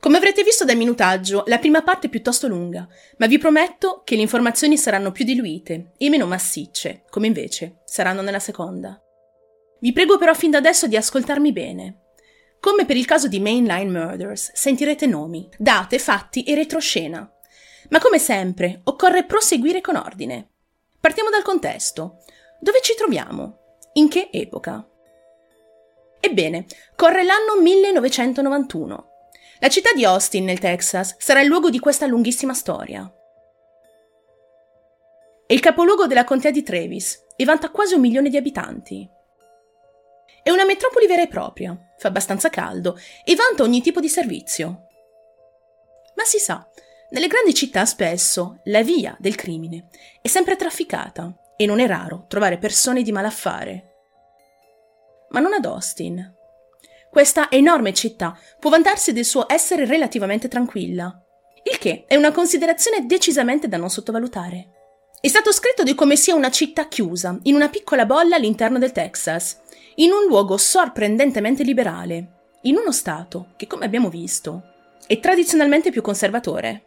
Come avrete visto dal minutaggio, la prima parte è piuttosto lunga, ma vi prometto che le informazioni saranno più diluite e meno massicce, come invece saranno nella seconda. Vi prego però fin da adesso di ascoltarmi bene. Come per il caso di Mainline Murders, sentirete nomi, date, fatti e retroscena. Ma come sempre, occorre proseguire con ordine. Partiamo dal contesto. Dove ci troviamo? In che epoca? Ebbene, corre l'anno 1991. La città di Austin, nel Texas, sarà il luogo di questa lunghissima storia. È il capoluogo della contea di Travis e vanta quasi 1 milione di abitanti. È una metropoli vera e propria, fa abbastanza caldo e vanta ogni tipo di servizio. Ma si sa, nelle grandi città spesso la via del crimine è sempre trafficata e non è raro trovare persone di malaffare. Ma non ad Austin. Questa enorme città può vantarsi del suo essere relativamente tranquilla, il che è una considerazione decisamente da non sottovalutare. È stato scritto di come sia una città chiusa, in una piccola bolla all'interno del Texas, in un luogo sorprendentemente liberale, in uno stato che, come abbiamo visto, è tradizionalmente più conservatore.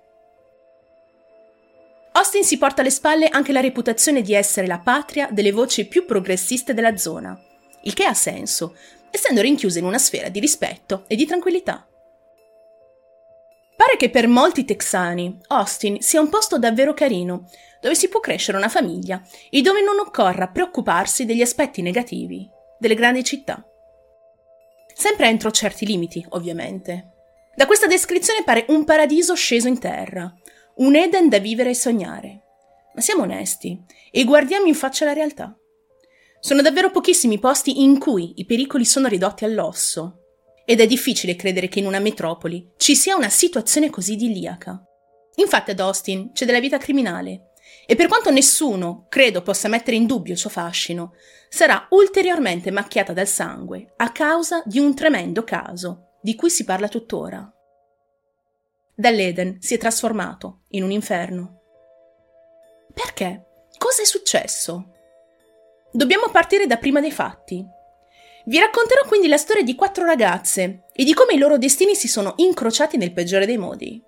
Austin si porta alle spalle anche la reputazione di essere la patria delle voci più progressiste della zona, il che ha senso, essendo rinchiusa in una sfera di rispetto e di tranquillità. Pare che per molti texani Austin sia un posto davvero carino, dove si può crescere una famiglia e dove non occorra preoccuparsi degli aspetti negativi delle grandi città. Sempre entro certi limiti, ovviamente. Da questa descrizione pare un paradiso sceso in terra, un Eden da vivere e sognare. Ma siamo onesti e guardiamo in faccia la realtà. Sono davvero pochissimi posti in cui i pericoli sono ridotti all'osso, ed è difficile credere che in una metropoli ci sia una situazione così idilliaca. Infatti ad Austin c'è della vita criminale, e per quanto nessuno, credo, possa mettere in dubbio il suo fascino, sarà ulteriormente macchiata dal sangue a causa di un tremendo caso di cui si parla tuttora. Dall'Eden si è trasformato in un inferno. Perché? Cosa è successo? Dobbiamo partire da prima dei fatti. Vi racconterò quindi la storia di 4 ragazze e di come i loro destini si sono incrociati nel peggiore dei modi.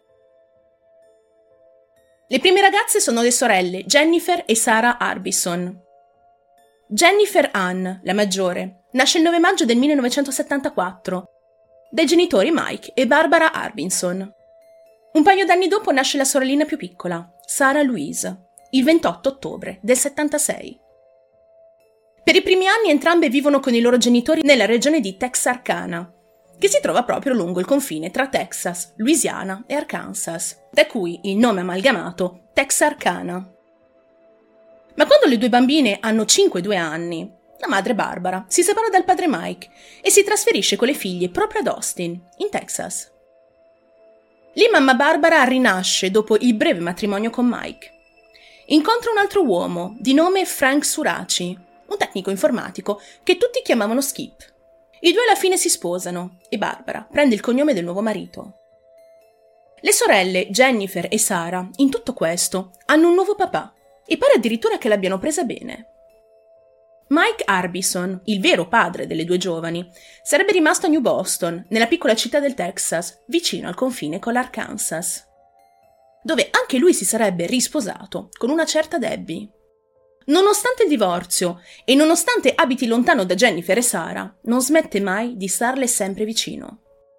Le prime ragazze sono le sorelle Jennifer e Sarah Harbison. Jennifer Ann, la maggiore, nasce il 9 maggio del 1974 dai genitori Mike e Barbara Harbison. Un paio d'anni dopo nasce la sorellina più piccola, Sarah Louise, il 28 ottobre del 76. Per i primi anni entrambe vivono con i loro genitori nella regione di Texarkana, che si trova proprio lungo il confine tra Texas, Louisiana e Arkansas, da cui il nome amalgamato Texarkana. Ma quando le 2 bambine hanno 5 anni, la madre Barbara si separa dal padre Mike e si trasferisce con le figlie proprio ad Austin, in Texas. Lì mamma Barbara rinasce dopo il breve matrimonio con Mike. Incontra un altro uomo di nome Frank Suraci, un tecnico informatico che tutti chiamavano Skip. I 2 alla fine si sposano e Barbara prende il cognome del nuovo marito. Le sorelle Jennifer e Sarah, in tutto questo, hanno un nuovo papà e pare addirittura che l'abbiano presa bene. Mike Harbison, il vero padre delle 2 giovani, sarebbe rimasto a New Boston, nella piccola città del Texas, vicino al confine con l'Arkansas, dove anche lui si sarebbe risposato con una certa Debbie. Nonostante il divorzio e nonostante abiti lontano da Jennifer e Sarah, non smette mai di starle sempre vicino.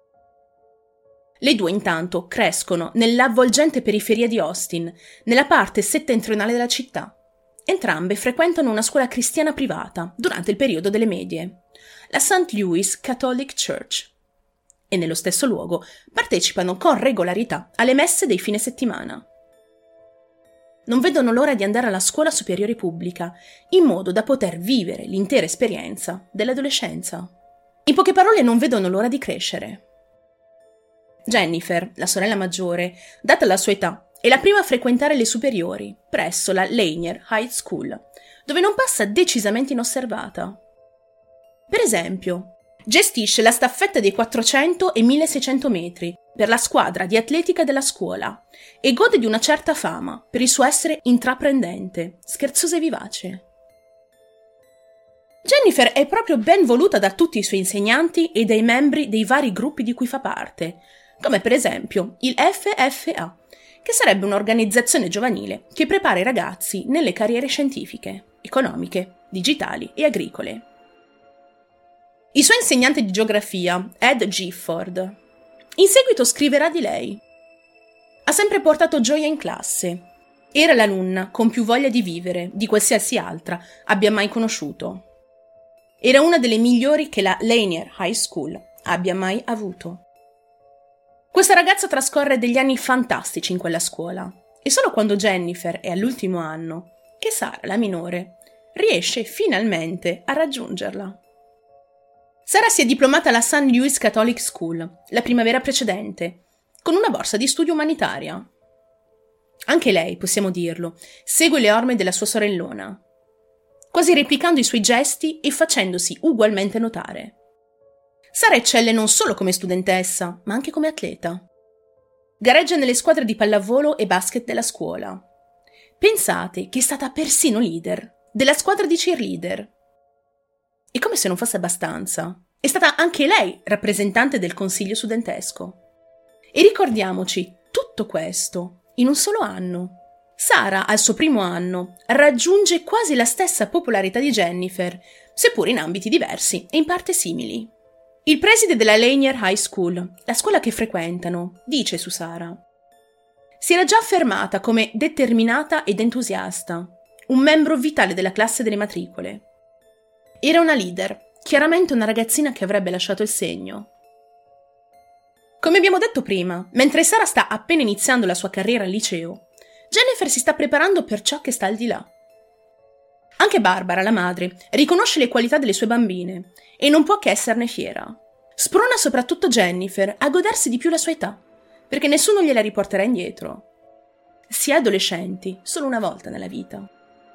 Le 2 intanto crescono nell'avvolgente periferia di Austin, nella parte settentrionale della città. Entrambe frequentano una scuola cristiana privata durante il periodo delle medie, la St. Louis Catholic Church, e nello stesso luogo partecipano con regolarità alle messe dei fine settimana. Non vedono l'ora di andare alla scuola superiore pubblica, in modo da poter vivere l'intera esperienza dell'adolescenza. In poche parole, non vedono l'ora di crescere. Jennifer, la sorella maggiore, data la sua età, è la prima a frequentare le superiori, presso la Lanier High School, dove non passa decisamente inosservata. Per esempio, gestisce la staffetta dei 400 e 1600 metri per la squadra di atletica della scuola e gode di una certa fama per il suo essere intraprendente, scherzosa e vivace. Jennifer è proprio ben voluta da tutti i suoi insegnanti e dai membri dei vari gruppi di cui fa parte, come per esempio il FFA, che sarebbe un'organizzazione giovanile che prepara i ragazzi nelle carriere scientifiche, economiche, digitali e agricole. Il suo insegnante di geografia, Ed Gifford, in seguito scriverà di lei: ha sempre portato gioia in classe. Era l'alunna con più voglia di vivere di qualsiasi altra abbia mai conosciuto. Era una delle migliori che la Lanier High School abbia mai avuto. Questa ragazza trascorre degli anni fantastici in quella scuola e solo quando Jennifer è all'ultimo anno che Sara, la minore, riesce finalmente a raggiungerla. Sara si è diplomata alla St. Louis Catholic School la primavera precedente, con una borsa di studio umanitaria. Anche lei, possiamo dirlo, segue le orme della sua sorellona, quasi replicando i suoi gesti e facendosi ugualmente notare. Sara eccelle non solo come studentessa, ma anche come atleta. Gareggia nelle squadre di pallavolo e basket della scuola. Pensate che è stata persino leader della squadra di cheerleader. E come se non fosse abbastanza, è stata anche lei rappresentante del consiglio studentesco. E ricordiamoci, tutto questo in un solo anno. Sara, al suo primo anno, raggiunge quasi la stessa popolarità di Jennifer, seppur in ambiti diversi e in parte simili. Il preside della Lanier High School, la scuola che frequentano, dice su Sara: si era già affermata come determinata ed entusiasta, un membro vitale della classe delle matricole. Era una leader, chiaramente una ragazzina che avrebbe lasciato il segno. Come abbiamo detto prima, mentre Sara sta appena iniziando la sua carriera al liceo, Jennifer si sta preparando per ciò che sta al di là. Anche Barbara, la madre, riconosce le qualità delle sue bambine e non può che esserne fiera. Sprona soprattutto Jennifer a godersi di più la sua età, perché nessuno gliela riporterà indietro. Si è adolescenti solo una volta nella vita.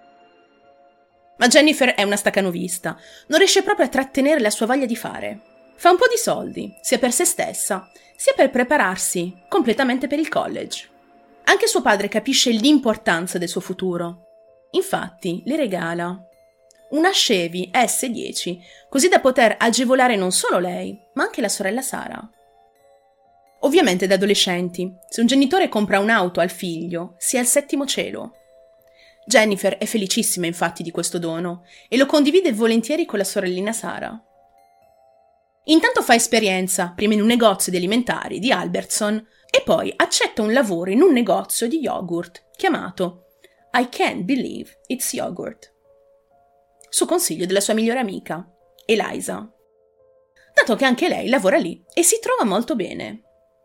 Ma Jennifer è una staccanovista, non riesce proprio a trattenere la sua voglia di fare. Fa un po' di soldi, sia per se stessa, sia per prepararsi completamente per il college. Anche suo padre capisce l'importanza del suo futuro. Infatti, le regala una Chevy S10, così da poter agevolare non solo lei, ma anche la sorella Sara. Ovviamente da adolescenti, se un genitore compra un'auto al figlio, si è al settimo cielo. Jennifer è felicissima infatti di questo dono e lo condivide volentieri con la sorellina Sara. Intanto fa esperienza, prima in un negozio di alimentari di Albertson e poi accetta un lavoro in un negozio di yogurt chiamato I Can't Believe It's Yogurt, su consiglio della sua migliore amica, Eliza, dato che anche lei lavora lì e si trova molto bene.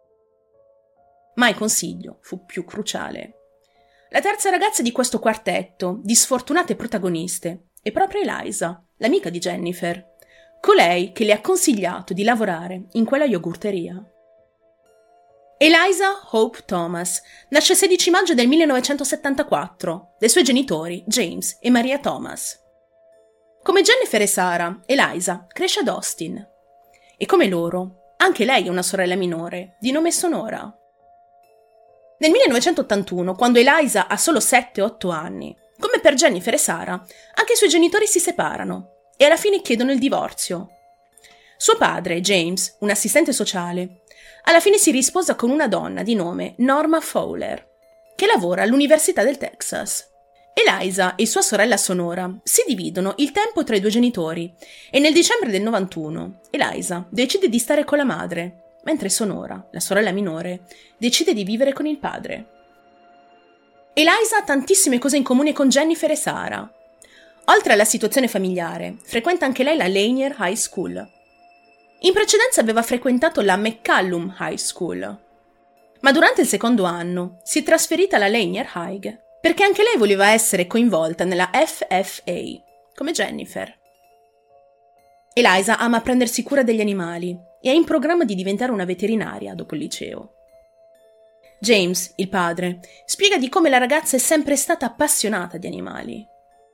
Ma il consiglio fu più cruciale. La terza ragazza di questo quartetto di sfortunate protagoniste è proprio Eliza, l'amica di Jennifer, colei che le ha consigliato di lavorare in quella yogurteria. Eliza Hope Thomas nasce il 16 maggio del 1974 dai suoi genitori James e Maria Thomas. Come Jennifer e Sara, Eliza cresce ad Austin e come loro, anche lei ha una sorella minore di nome Sonora. Nel 1981, quando Eliza ha solo 7-8 anni, come per Jennifer e Sara, anche i suoi genitori si separano e alla fine chiedono il divorzio. Suo padre, James, un assistente sociale, alla fine si risposa con una donna di nome Norma Fowler, che lavora all'Università del Texas. Eliza e sua sorella Sonora si dividono il tempo tra i due genitori e nel dicembre del 91 Eliza decide di stare con la madre, mentre Sonora, la sorella minore, decide di vivere con il padre. Eliza ha tantissime cose in comune con Jennifer e Sara. Oltre alla situazione familiare, frequenta anche lei la Lanier High School. In precedenza aveva frequentato la McCallum High School, ma durante il secondo anno si è trasferita alla Lanier High perché anche lei voleva essere coinvolta nella FFA, come Jennifer. Eliza ama prendersi cura degli animali e è in programma di diventare una veterinaria dopo il liceo. James, il padre, spiega di come la ragazza è sempre stata appassionata di animali.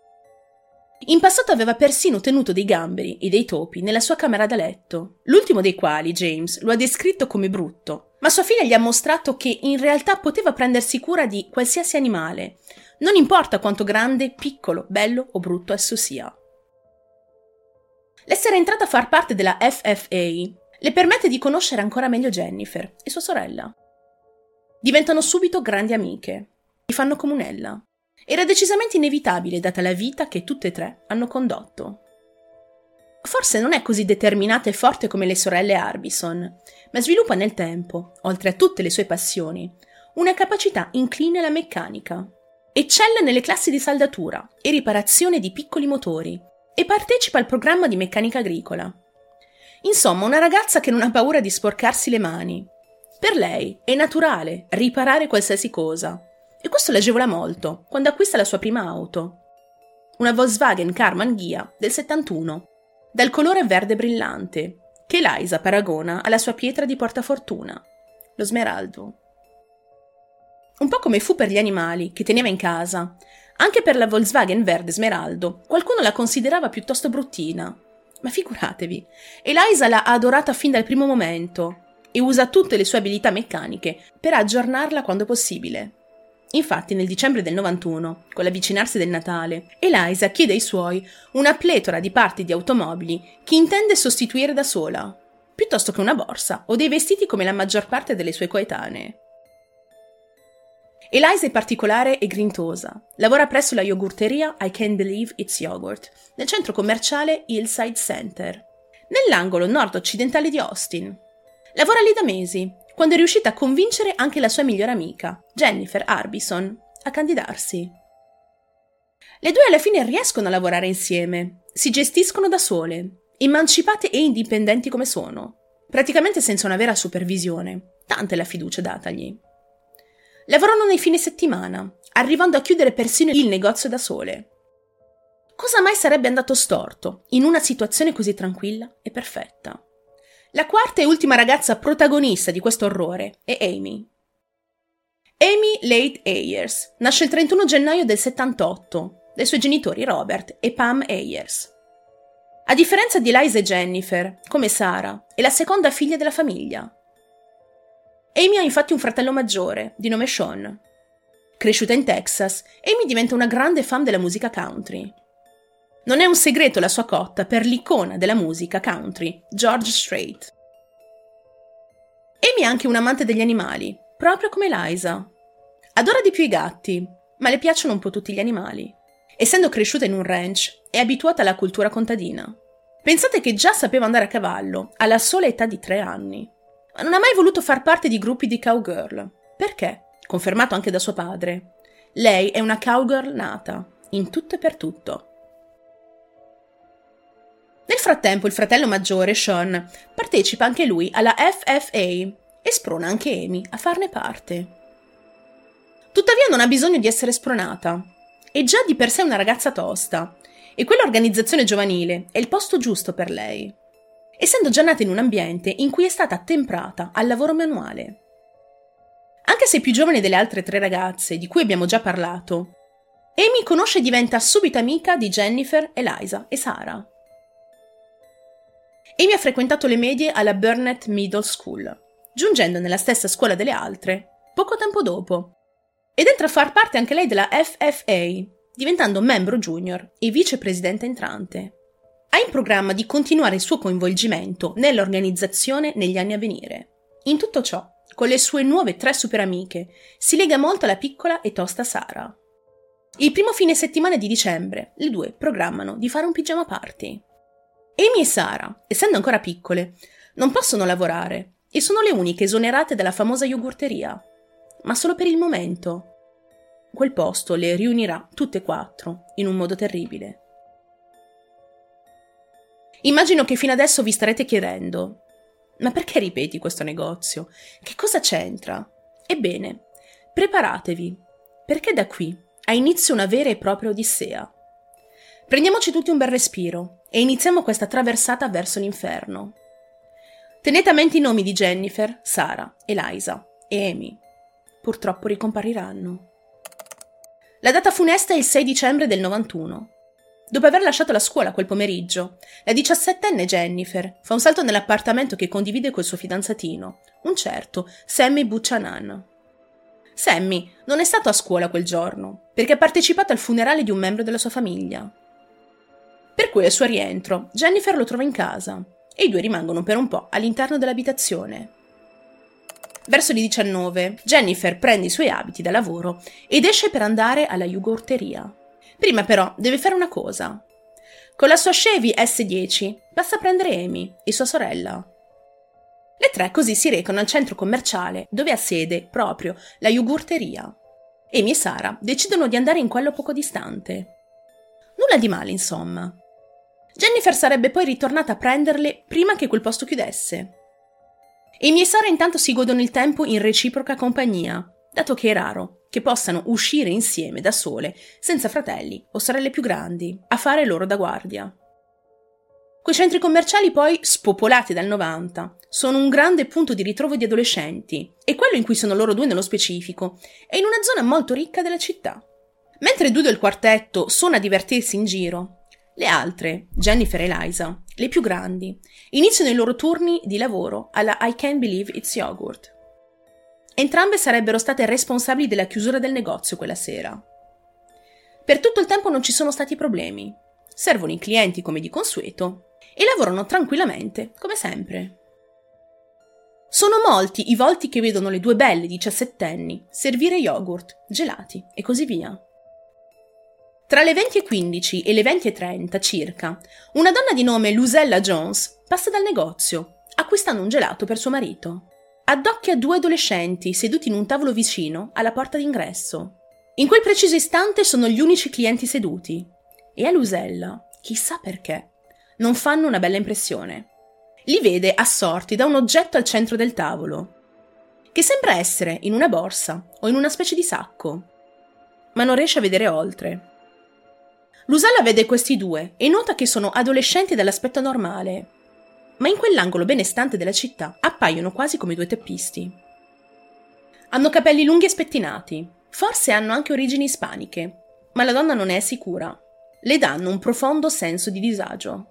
In passato aveva persino tenuto dei gamberi e dei topi nella sua camera da letto, l'ultimo dei quali James lo ha descritto come brutto, ma sua figlia gli ha mostrato che in realtà poteva prendersi cura di qualsiasi animale, non importa quanto grande, piccolo, bello o brutto esso sia. L'essere entrata a far parte della FFA Le permette di conoscere ancora meglio Jennifer e sua sorella. Diventano subito grandi amiche. Si fanno comunella. Era decisamente inevitabile data la vita che tutte e tre hanno condotto. Forse non è così determinata e forte come le sorelle Harbison, ma sviluppa nel tempo, oltre a tutte le sue passioni, una capacità incline alla meccanica. Eccelle nelle classi di saldatura e riparazione di piccoli motori e partecipa al programma di meccanica agricola. Insomma, una ragazza che non ha paura di sporcarsi le mani. Per lei è naturale riparare qualsiasi cosa e questo l'agevola molto quando acquista la sua prima auto. Una Volkswagen Karmann Ghia del 71, dal colore verde brillante, che Eliza paragona alla sua pietra di portafortuna, lo smeraldo. Un po' come fu per gli animali che teneva in casa, anche per la Volkswagen verde smeraldo qualcuno la considerava piuttosto bruttina. Ma figuratevi, Eliza l'ha adorata fin dal primo momento e usa tutte le sue abilità meccaniche per aggiornarla quando possibile. Infatti nel dicembre del 91, con l'avvicinarsi del Natale, Eliza chiede ai suoi una pletora di parti di automobili che intende sostituire da sola, piuttosto che una borsa o dei vestiti come la maggior parte delle sue coetanee. Eliza in particolare è grintosa. Lavora presso la yogurteria I Can't Believe It's Yogurt, nel centro commerciale Hillside Center, nell'angolo nord-occidentale di Austin. Lavora lì da mesi, quando è riuscita a convincere anche la sua migliore amica, Jennifer Harbison, a candidarsi. Le due alla fine riescono a lavorare insieme, si gestiscono da sole, emancipate e indipendenti come sono, praticamente senza una vera supervisione, tanta è la fiducia datagli. Lavorano nei fine settimana, arrivando a chiudere persino il negozio da sole. Cosa mai sarebbe andato storto in una situazione così tranquilla e perfetta? La quarta e ultima ragazza protagonista di questo orrore è Amy. Amy Late Ayers nasce il 31 gennaio del 78 dai suoi genitori Robert e Pam Ayers. A differenza di Eliza e Jennifer, come Sarah, è la seconda figlia della famiglia. Amy ha infatti un fratello maggiore, di nome Sean. Cresciuta in Texas, Amy diventa una grande fan della musica country. Non è un segreto la sua cotta per l'icona della musica country, George Strait. Amy è anche un amante degli animali, proprio come Eliza. Adora di più i gatti, ma le piacciono un po' tutti gli animali. Essendo cresciuta in un ranch, è abituata alla cultura contadina. Pensate che già sapeva andare a cavallo, alla sola età di 3 anni. Ma non ha mai voluto far parte di gruppi di cowgirl. Perché? Confermato anche da suo padre. Lei è una cowgirl nata, in tutto e per tutto. Nel frattempo il fratello maggiore, Sean, partecipa anche lui alla FFA e sprona anche Amy a farne parte. Tuttavia non ha bisogno di essere spronata. È già di per sé una ragazza tosta e quell'organizzazione giovanile è il posto giusto per lei, essendo già nata in un ambiente in cui è stata temprata al lavoro manuale. Anche se è più giovane delle altre 3 ragazze di cui abbiamo già parlato, Amy conosce e diventa subito amica di Jennifer, Eliza e Sarah. Amy ha frequentato le medie alla Burnett Middle School, giungendo nella stessa scuola delle altre poco tempo dopo, ed entra a far parte anche lei della FFA, diventando membro junior e vicepresidente entrante. Ha in programma di continuare il suo coinvolgimento nell'organizzazione negli anni a venire. In tutto ciò, con le sue nuove 3 superamiche, si lega molto alla piccola e tosta Sarah. Il primo fine settimana di dicembre, le due programmano di fare un pigiama party. Amy e Sarah, essendo ancora piccole, non possono lavorare e sono le uniche esonerate dalla famosa yogurteria, ma solo per il momento. Quel posto le riunirà tutte e 4 in un modo terribile. Immagino che fino adesso vi starete chiedendo: ma perché ripeti questo negozio? Che cosa c'entra? Ebbene, preparatevi, perché da qui ha inizio una vera e propria odissea. Prendiamoci tutti un bel respiro e iniziamo questa traversata verso l'inferno. Tenete a mente i nomi di Jennifer, Sarah, Eliza e Amy. Purtroppo ricompariranno. La data funesta è il 6 dicembre del 91. Dopo aver lasciato la scuola quel pomeriggio, la 17enne Jennifer fa un salto nell'appartamento che condivide col suo fidanzatino, un certo Sammy Buchanan. Sammy non è stato a scuola quel giorno, perché ha partecipato al funerale di un membro della sua famiglia. Per cui al suo rientro, Jennifer lo trova in casa e i due rimangono per un po' all'interno dell'abitazione. Verso le 19, Jennifer prende i suoi abiti da lavoro ed esce per andare alla yogurteria. Prima però deve fare una cosa. Con la sua Chevy S10 passa a prendere Amy e sua sorella. Le tre così si recano al centro commerciale dove ha sede proprio la yogurteria. Amy e Sara decidono di andare in quello poco distante. Nulla di male, insomma. Jennifer sarebbe poi ritornata a prenderle prima che quel posto chiudesse. Amy e Sara intanto si godono il tempo in reciproca compagnia, dato che è raro che possano uscire insieme da sole, senza fratelli o sorelle più grandi, a fare loro da guardia. Quei centri commerciali poi, spopolati dal 90, sono un grande punto di ritrovo di adolescenti, e quello in cui sono loro due nello specifico è in una zona molto ricca della città. Mentre Dudo e il quartetto sono a divertirsi in giro, le altre, Jennifer e Eliza, le più grandi, iniziano i loro turni di lavoro alla I Can't Believe It's Yogurt. Entrambe sarebbero state responsabili della chiusura del negozio quella sera. Per tutto il tempo non ci sono stati problemi. Servono i clienti come di consueto e lavorano tranquillamente, come sempre. Sono molti i volti che vedono le due belle 17enni servire yogurt, gelati e così via. Tra le 20:15 e le 20:30 circa, una donna di nome Lucella Jones passa dal negozio, acquistando un gelato per suo marito. Addocchia due adolescenti seduti in un tavolo vicino alla porta d'ingresso. In quel preciso istante sono gli unici clienti seduti, e a Lucella, chissà perché, non fanno una bella impressione. Li vede assorti da un oggetto al centro del tavolo, che sembra essere in una borsa o in una specie di sacco, ma non riesce a vedere oltre. Lucella vede questi due e nota che sono adolescenti dall'aspetto normale, ma in quell'angolo benestante della città appaiono quasi come due teppisti. Hanno capelli lunghi e spettinati, forse hanno anche origini ispaniche, ma la donna non ne è sicura. Le danno un profondo senso di disagio.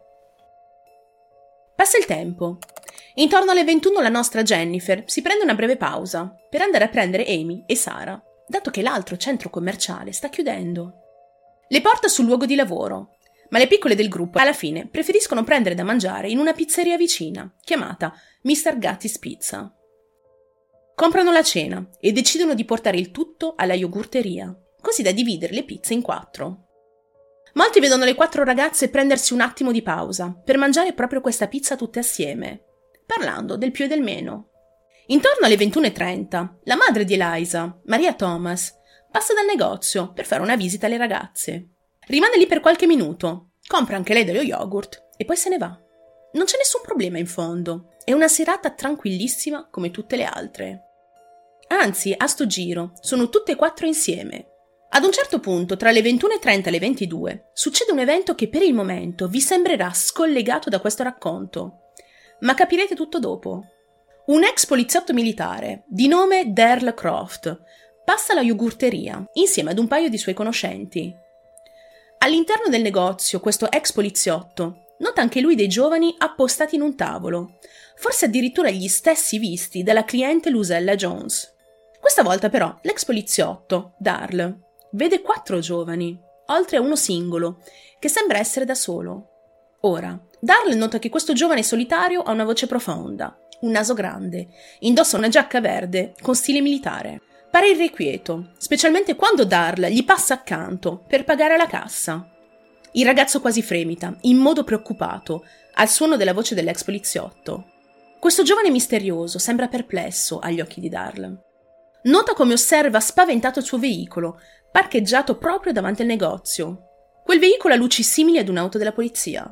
Passa il tempo. Intorno alle 21 la nostra Jennifer si prende una breve pausa per andare a prendere Amy e Sara, dato che l'altro centro commerciale sta chiudendo. Le porta sul luogo di lavoro, ma le piccole del gruppo alla fine preferiscono prendere da mangiare in una pizzeria vicina, chiamata Mr. Gatti's Pizza. Comprano la cena e decidono di portare il tutto alla yogurteria, così da dividere le pizze in 4. Molti vedono le 4 ragazze prendersi un attimo di pausa per mangiare proprio questa pizza tutte assieme, parlando del più e del meno. Intorno alle 21:30, la madre di Eliza, Maria Thomas, passa dal negozio per fare una visita alle ragazze. Rimane lì per qualche minuto, compra anche lei dello yogurt e poi se ne va. Non c'è nessun problema in fondo, è una serata tranquillissima come tutte le altre. Anzi, a sto giro, sono tutte e 4 insieme. Ad un certo punto, tra le 21:30 e le 22, succede un evento che per il momento vi sembrerà scollegato da questo racconto, ma capirete tutto dopo. Un ex poliziotto militare, di nome Darl Croft, passa alla yogurteria insieme ad un paio di suoi conoscenti. All'interno del negozio, questo ex poliziotto nota anche lui dei giovani appostati in un tavolo, forse addirittura gli stessi visti dalla cliente Lucella Jones. Questa volta però l'ex poliziotto, Darl, vede 4 giovani, oltre a uno singolo, che sembra essere da solo. Ora, Darl nota che questo giovane solitario ha una voce profonda, un naso grande, indossa una giacca verde con stile militare. Pare irrequieto, specialmente quando Darl gli passa accanto per pagare la cassa. Il ragazzo quasi fremita, in modo preoccupato, al suono della voce dell'ex poliziotto. Questo giovane misterioso sembra perplesso agli occhi di Darl. Nota come osserva spaventato il suo veicolo, parcheggiato proprio davanti al negozio. Quel veicolo ha luci simili ad un'auto della polizia.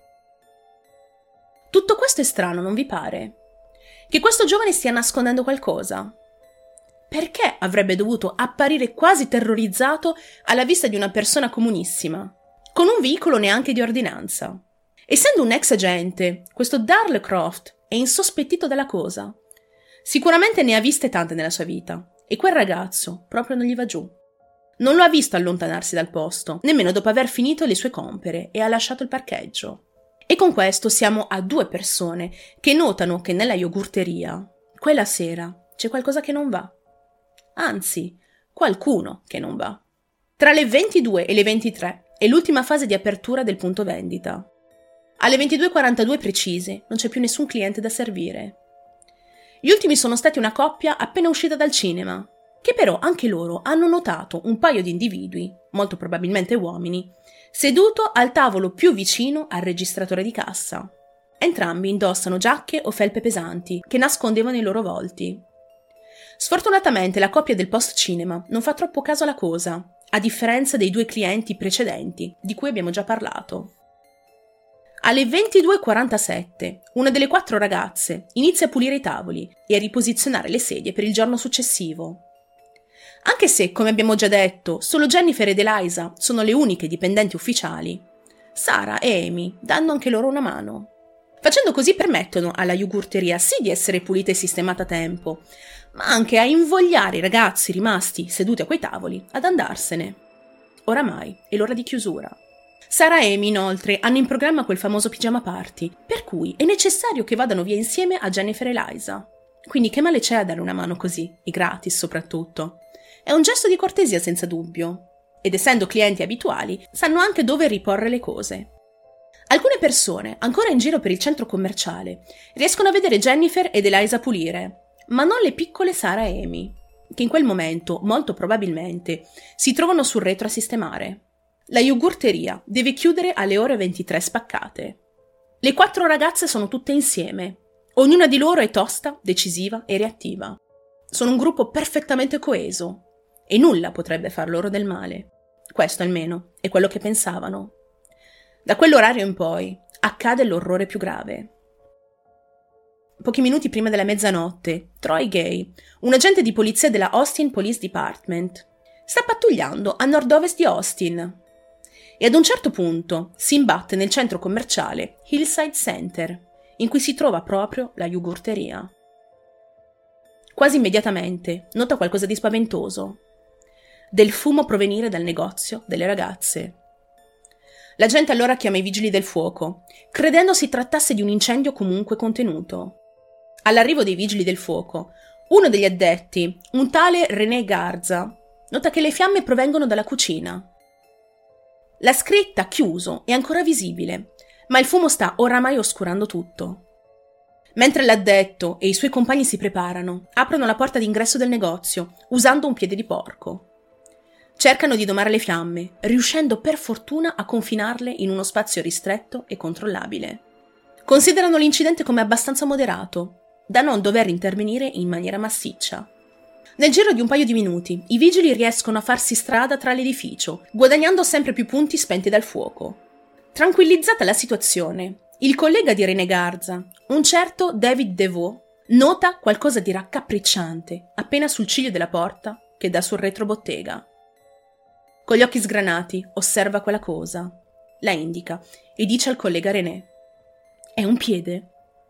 Tutto questo è strano, non vi pare? Che questo giovane stia nascondendo qualcosa? Perché avrebbe dovuto apparire quasi terrorizzato alla vista di una persona comunissima, con un veicolo neanche di ordinanza? Essendo un ex agente, questo Darl Croft è insospettito dalla cosa. Sicuramente ne ha viste tante nella sua vita, e quel ragazzo proprio non gli va giù. Non lo ha visto allontanarsi dal posto, nemmeno dopo aver finito le sue compere e ha lasciato il parcheggio. E con questo siamo a 2 persone che notano che nella yogurteria, quella sera, c'è qualcosa che non va. Anzi, qualcuno che non va. Tra le 22 e le 23 è l'ultima fase di apertura del punto vendita. Alle 22:42 precise non c'è più nessun cliente da servire. Gli ultimi sono stati una coppia appena uscita dal cinema, che però anche loro hanno notato un paio di individui, molto probabilmente uomini, seduto al tavolo più vicino al registratore di cassa. Entrambi indossano giacche o felpe pesanti che nascondevano i loro volti. Sfortunatamente la coppia del post-cinema non fa troppo caso alla cosa, a differenza dei 2 clienti precedenti, di cui abbiamo già parlato. Alle 22:47, una delle 4 ragazze inizia a pulire i tavoli e a riposizionare le sedie per il giorno successivo. Anche se, come abbiamo già detto, solo Jennifer ed Eliza sono le uniche dipendenti ufficiali, Sara e Amy danno anche loro una mano. Facendo così permettono alla yogurteria sì di essere pulita e sistemata a tempo, ma anche a invogliare i ragazzi rimasti seduti a quei tavoli ad andarsene. Oramai è l'ora di chiusura. Sara e Amy, inoltre, hanno in programma quel famoso pigiama party, per cui è necessario che vadano via insieme a Jennifer e Eliza. Quindi che male c'è a dare una mano così, e gratis soprattutto? È un gesto di cortesia senza dubbio. Ed essendo clienti abituali, sanno anche dove riporre le cose. Alcune persone, ancora in giro per il centro commerciale, riescono a vedere Jennifer ed Eliza pulire, ma non le piccole Sara e Amy, che in quel momento, molto probabilmente, si trovano sul retro a sistemare. La yogurteria deve chiudere alle ore 23 spaccate. Le 4 ragazze sono tutte insieme. Ognuna di loro è tosta, decisiva e reattiva. Sono un gruppo perfettamente coeso e nulla potrebbe far loro del male. Questo almeno è quello che pensavano. Da quell'orario in poi accade l'orrore più grave. Pochi minuti prima della mezzanotte, Troy Gay, un agente di polizia della Austin Police Department, sta pattugliando a nord-ovest di Austin e ad un certo punto si imbatte nel centro commerciale Hillside Center, in cui si trova proprio la yogurteria. Quasi immediatamente nota qualcosa di spaventoso: del fumo provenire dal negozio delle ragazze. L'agente allora chiama i vigili del fuoco, credendo si trattasse di un incendio comunque contenuto. All'arrivo dei vigili del fuoco, uno degli addetti, un tale René Garza, nota che le fiamme provengono dalla cucina. La scritta "chiuso" è ancora visibile, ma il fumo sta oramai oscurando tutto. Mentre l'addetto e i suoi compagni si preparano, aprono la porta d'ingresso del negozio, usando un piede di porco. Cercano di domare le fiamme, riuscendo per fortuna a confinarle in uno spazio ristretto e controllabile. Considerano l'incidente come abbastanza moderato, da non dover intervenire in maniera massiccia. Nel giro di un paio di minuti, i vigili riescono a farsi strada tra l'edificio, guadagnando sempre più punti spenti dal fuoco. Tranquillizzata la situazione, il collega di René Garza, un certo David DeVoe, nota qualcosa di raccapricciante appena sul ciglio della porta che dà sul retrobottega. Con gli occhi sgranati osserva quella cosa, la indica e dice al collega René: «È un piede?»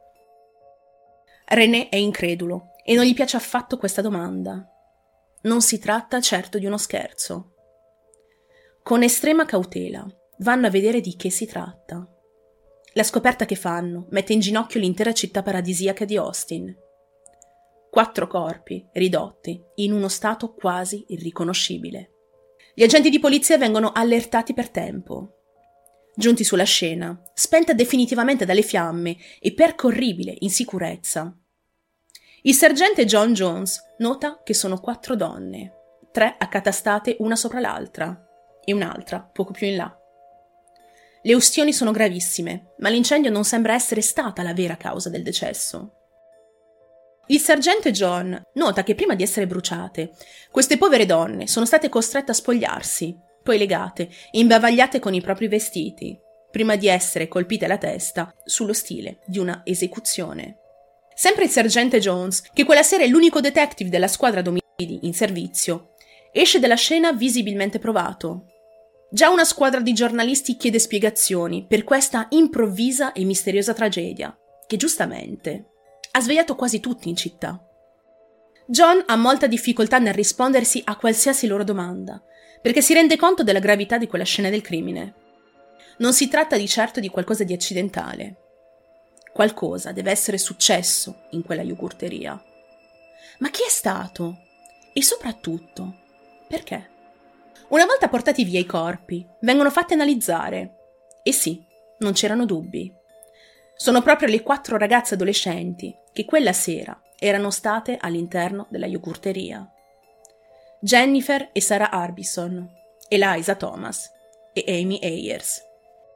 René è incredulo e non gli piace affatto questa domanda. Non si tratta certo di uno scherzo. Con estrema cautela vanno a vedere di che si tratta. La scoperta che fanno mette in ginocchio l'intera città paradisiaca di Austin. 4 corpi ridotti in uno stato quasi irriconoscibile. Gli agenti di polizia vengono allertati per tempo. Giunti sulla scena, spenta definitivamente dalle fiamme e percorribile in sicurezza, il sergente John Jones nota che sono 4 donne, 3 accatastate una sopra l'altra e un'altra poco più in là. Le ustioni sono gravissime, ma l'incendio non sembra essere stata la vera causa del decesso. Il sergente John nota che prima di essere bruciate, queste povere donne sono state costrette a spogliarsi, poi legate e imbavagliate con i propri vestiti, prima di essere colpite alla testa sullo stile di una esecuzione. Sempre il sergente Jones, che quella sera è l'unico detective della squadra d'omicidi in servizio, esce dalla scena visibilmente provato. Già una squadra di giornalisti chiede spiegazioni per questa improvvisa e misteriosa tragedia, che giustamente ha svegliato quasi tutti in città. John ha molta difficoltà nel rispondersi a qualsiasi loro domanda, perché si rende conto della gravità di quella scena del crimine. Non si tratta di certo di qualcosa di accidentale. Qualcosa deve essere successo in quella yogurteria. Ma chi è stato? E soprattutto, perché? Una volta portati via i corpi, vengono fatti analizzare. E sì, non c'erano dubbi. Sono proprio le 4 ragazze adolescenti che quella sera erano state all'interno della yogurteria. Jennifer e Sarah Harbison, Eliza Thomas e Amy Ayers.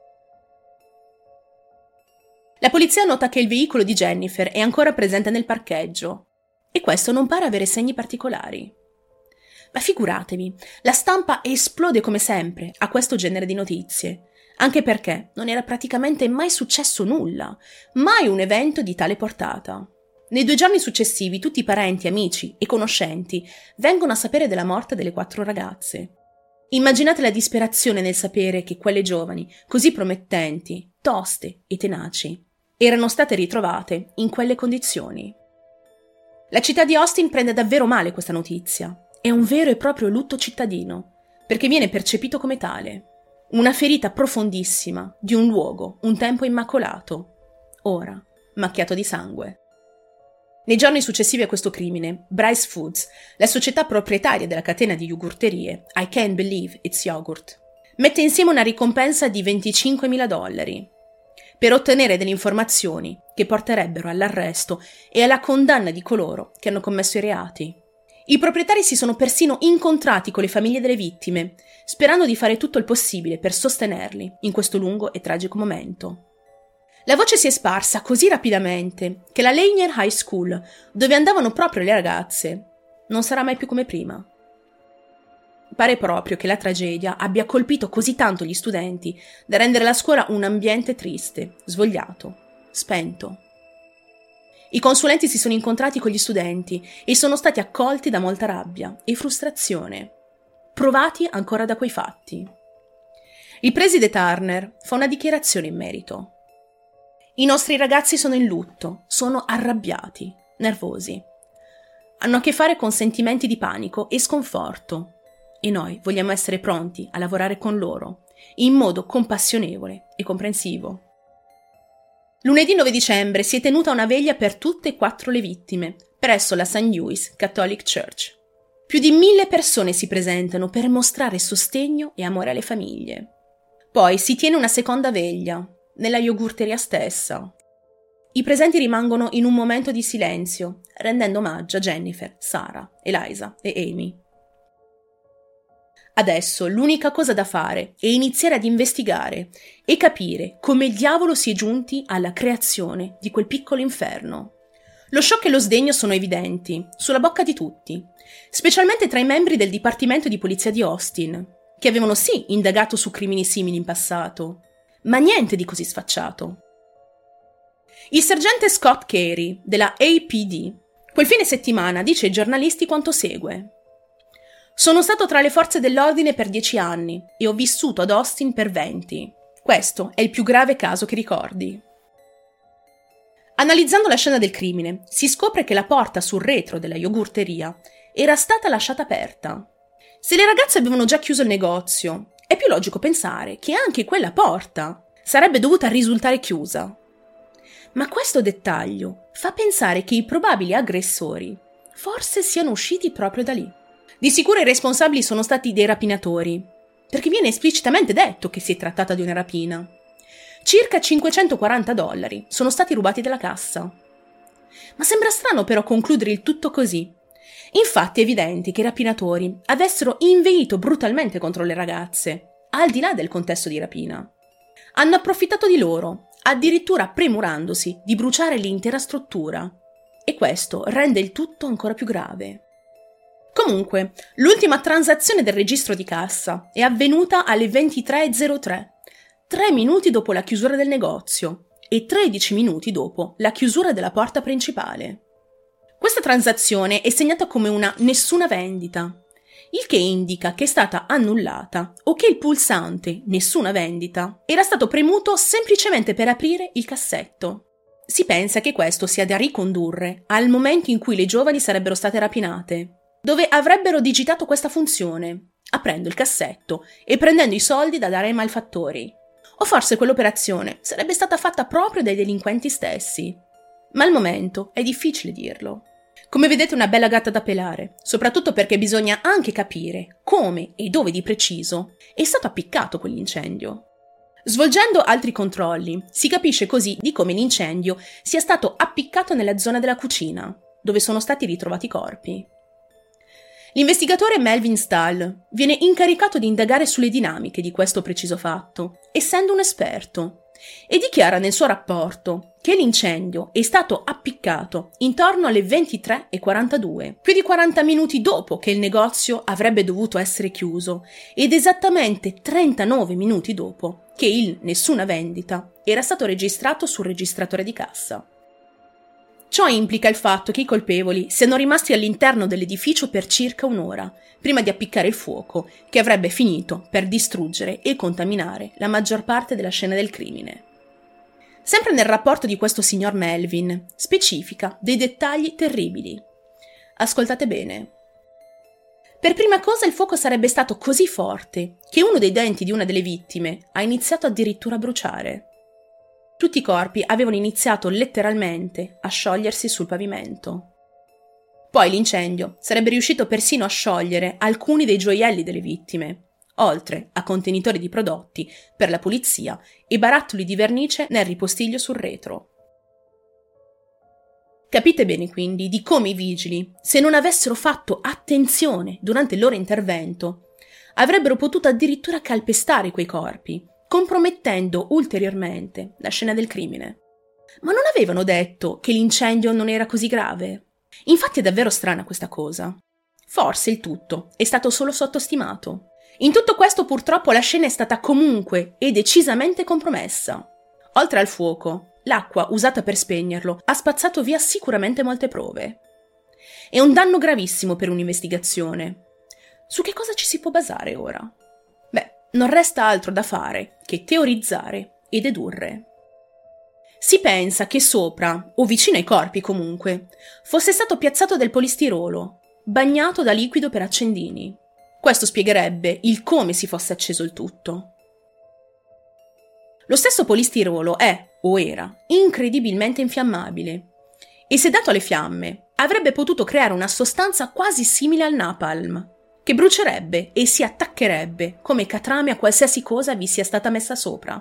La polizia nota che il veicolo di Jennifer è ancora presente nel parcheggio e questo non pare avere segni particolari. Ma figuratevi, la stampa esplode come sempre a questo genere di notizie, anche perché non era praticamente mai successo nulla, mai un evento di tale portata. Nei 2 giorni successivi tutti i parenti, amici e conoscenti vengono a sapere della morte delle 4 ragazze. Immaginate la disperazione nel sapere che quelle giovani, così promettenti, toste e tenaci, erano state ritrovate in quelle condizioni. La città di Austin prende davvero male questa notizia. È un vero e proprio lutto cittadino, perché viene percepito come tale. Una ferita profondissima di un luogo un tempo immacolato, ora macchiato di sangue. Nei giorni successivi a questo crimine, Bryce Foods, la società proprietaria della catena di yogurterie I Can't Believe It's Yogurt, mette insieme una ricompensa di $25.000 per ottenere delle informazioni che porterebbero all'arresto e alla condanna di coloro che hanno commesso i reati. I proprietari si sono persino incontrati con le famiglie delle vittime, sperando di fare tutto il possibile per sostenerli in questo lungo e tragico momento. La voce si è sparsa così rapidamente che la Lanier High School, dove andavano proprio le ragazze, non sarà mai più come prima. Pare proprio che la tragedia abbia colpito così tanto gli studenti da rendere la scuola un ambiente triste, svogliato, spento. I consulenti si sono incontrati con gli studenti e sono stati accolti da molta rabbia e frustrazione, provati ancora da quei fatti. Il preside Turner fa una dichiarazione in merito. I nostri ragazzi sono in lutto, sono arrabbiati, nervosi. Hanno a che fare con sentimenti di panico e sconforto e noi vogliamo essere pronti a lavorare con loro in modo compassionevole e comprensivo. Lunedì 9 dicembre si è tenuta una veglia per tutte e 4 le vittime, presso la St. Louis Catholic Church. Più di 1000 persone si presentano per mostrare sostegno e amore alle famiglie. Poi si tiene una seconda veglia, nella yogurteria stessa. I presenti rimangono in un momento di silenzio, rendendo omaggio a Jennifer, Sarah, Eliza e Amy. Adesso l'unica cosa da fare è iniziare ad investigare e capire come il diavolo si è giunti alla creazione di quel piccolo inferno. Lo shock e lo sdegno sono evidenti, sulla bocca di tutti, specialmente tra i membri del Dipartimento di Polizia di Austin, che avevano sì indagato su crimini simili in passato, ma niente di così sfacciato. Il sergente Scott Carey, della APD, quel fine settimana dice ai giornalisti quanto segue. Sono stato tra le forze dell'ordine per 10 anni e ho vissuto ad Austin per 20. Questo è il più grave caso che ricordi. Analizzando la scena del crimine, si scopre che la porta sul retro della yogurteria era stata lasciata aperta. Se le ragazze avevano già chiuso il negozio, è più logico pensare che anche quella porta sarebbe dovuta risultare chiusa. Ma questo dettaglio fa pensare che i probabili aggressori forse siano usciti proprio da lì. Di sicuro i responsabili sono stati dei rapinatori, perché viene esplicitamente detto che si è trattata di una rapina. Circa $540 sono stati rubati dalla cassa. Ma sembra strano però concludere il tutto così. Infatti è evidente che i rapinatori avessero inveito brutalmente contro le ragazze, al di là del contesto di rapina. Hanno approfittato di loro, addirittura premurandosi di bruciare l'intera struttura. E questo rende il tutto ancora più grave. Comunque, l'ultima transazione del registro di cassa è avvenuta alle 23:03, 3 minuti dopo la chiusura del negozio e 13 minuti dopo la chiusura della porta principale. Questa transazione è segnata come una nessuna vendita, il che indica che è stata annullata o che il pulsante nessuna vendita era stato premuto semplicemente per aprire il cassetto. Si pensa che questo sia da ricondurre al momento in cui le giovani sarebbero state rapinate, dove avrebbero digitato questa funzione, aprendo il cassetto e prendendo i soldi da dare ai malfattori. O forse quell'operazione sarebbe stata fatta proprio dai delinquenti stessi. Ma al momento è difficile dirlo. Come vedete, una bella gatta da pelare, soprattutto perché bisogna anche capire come e dove di preciso è stato appiccato quell'incendio. Svolgendo altri controlli, si capisce così di come l'incendio sia stato appiccato nella zona della cucina, dove sono stati ritrovati i corpi. L'investigatore Melvin Stahl viene incaricato di indagare sulle dinamiche di questo preciso fatto, essendo un esperto, e dichiara nel suo rapporto che l'incendio è stato appiccato intorno alle 23:42, più di 40 minuti dopo che il negozio avrebbe dovuto essere chiuso ed esattamente 39 minuti dopo che il nessuna vendita era stato registrato sul registratore di cassa. Ciò implica il fatto che i colpevoli siano rimasti all'interno dell'edificio per circa un'ora, prima di appiccare il fuoco, che avrebbe finito per distruggere e contaminare la maggior parte della scena del crimine. Sempre nel rapporto di questo signor Melvin, specifica dei dettagli terribili. Ascoltate bene. Per prima cosa il fuoco sarebbe stato così forte che uno dei denti di una delle vittime ha iniziato addirittura a bruciare. Tutti i corpi avevano iniziato letteralmente a sciogliersi sul pavimento. Poi l'incendio sarebbe riuscito persino a sciogliere alcuni dei gioielli delle vittime, oltre a contenitori di prodotti per la pulizia e barattoli di vernice nel ripostiglio sul retro. Capite bene quindi di come i vigili, se non avessero fatto attenzione durante il loro intervento, avrebbero potuto addirittura calpestare quei corpi, compromettendo ulteriormente la scena del crimine. Ma non avevano detto che l'incendio non era così grave? Infatti è davvero strana questa cosa. Forse il tutto è stato solo sottostimato. In tutto questo purtroppo la scena è stata comunque e decisamente compromessa. Oltre al fuoco, l'acqua usata per spegnerlo ha spazzato via sicuramente molte prove. È un danno gravissimo per un'investigazione. Su che cosa ci si può basare ora? Beh, non resta altro da fare che teorizzare e dedurre. Si pensa che sopra, o vicino ai corpi comunque, fosse stato piazzato del polistirolo, bagnato da liquido per accendini. Questo spiegherebbe il come si fosse acceso il tutto. Lo stesso polistirolo è, o era, incredibilmente infiammabile e se dato alle fiamme avrebbe potuto creare una sostanza quasi simile al napalm, che brucerebbe e si attaccherebbe come catrame a qualsiasi cosa vi sia stata messa sopra.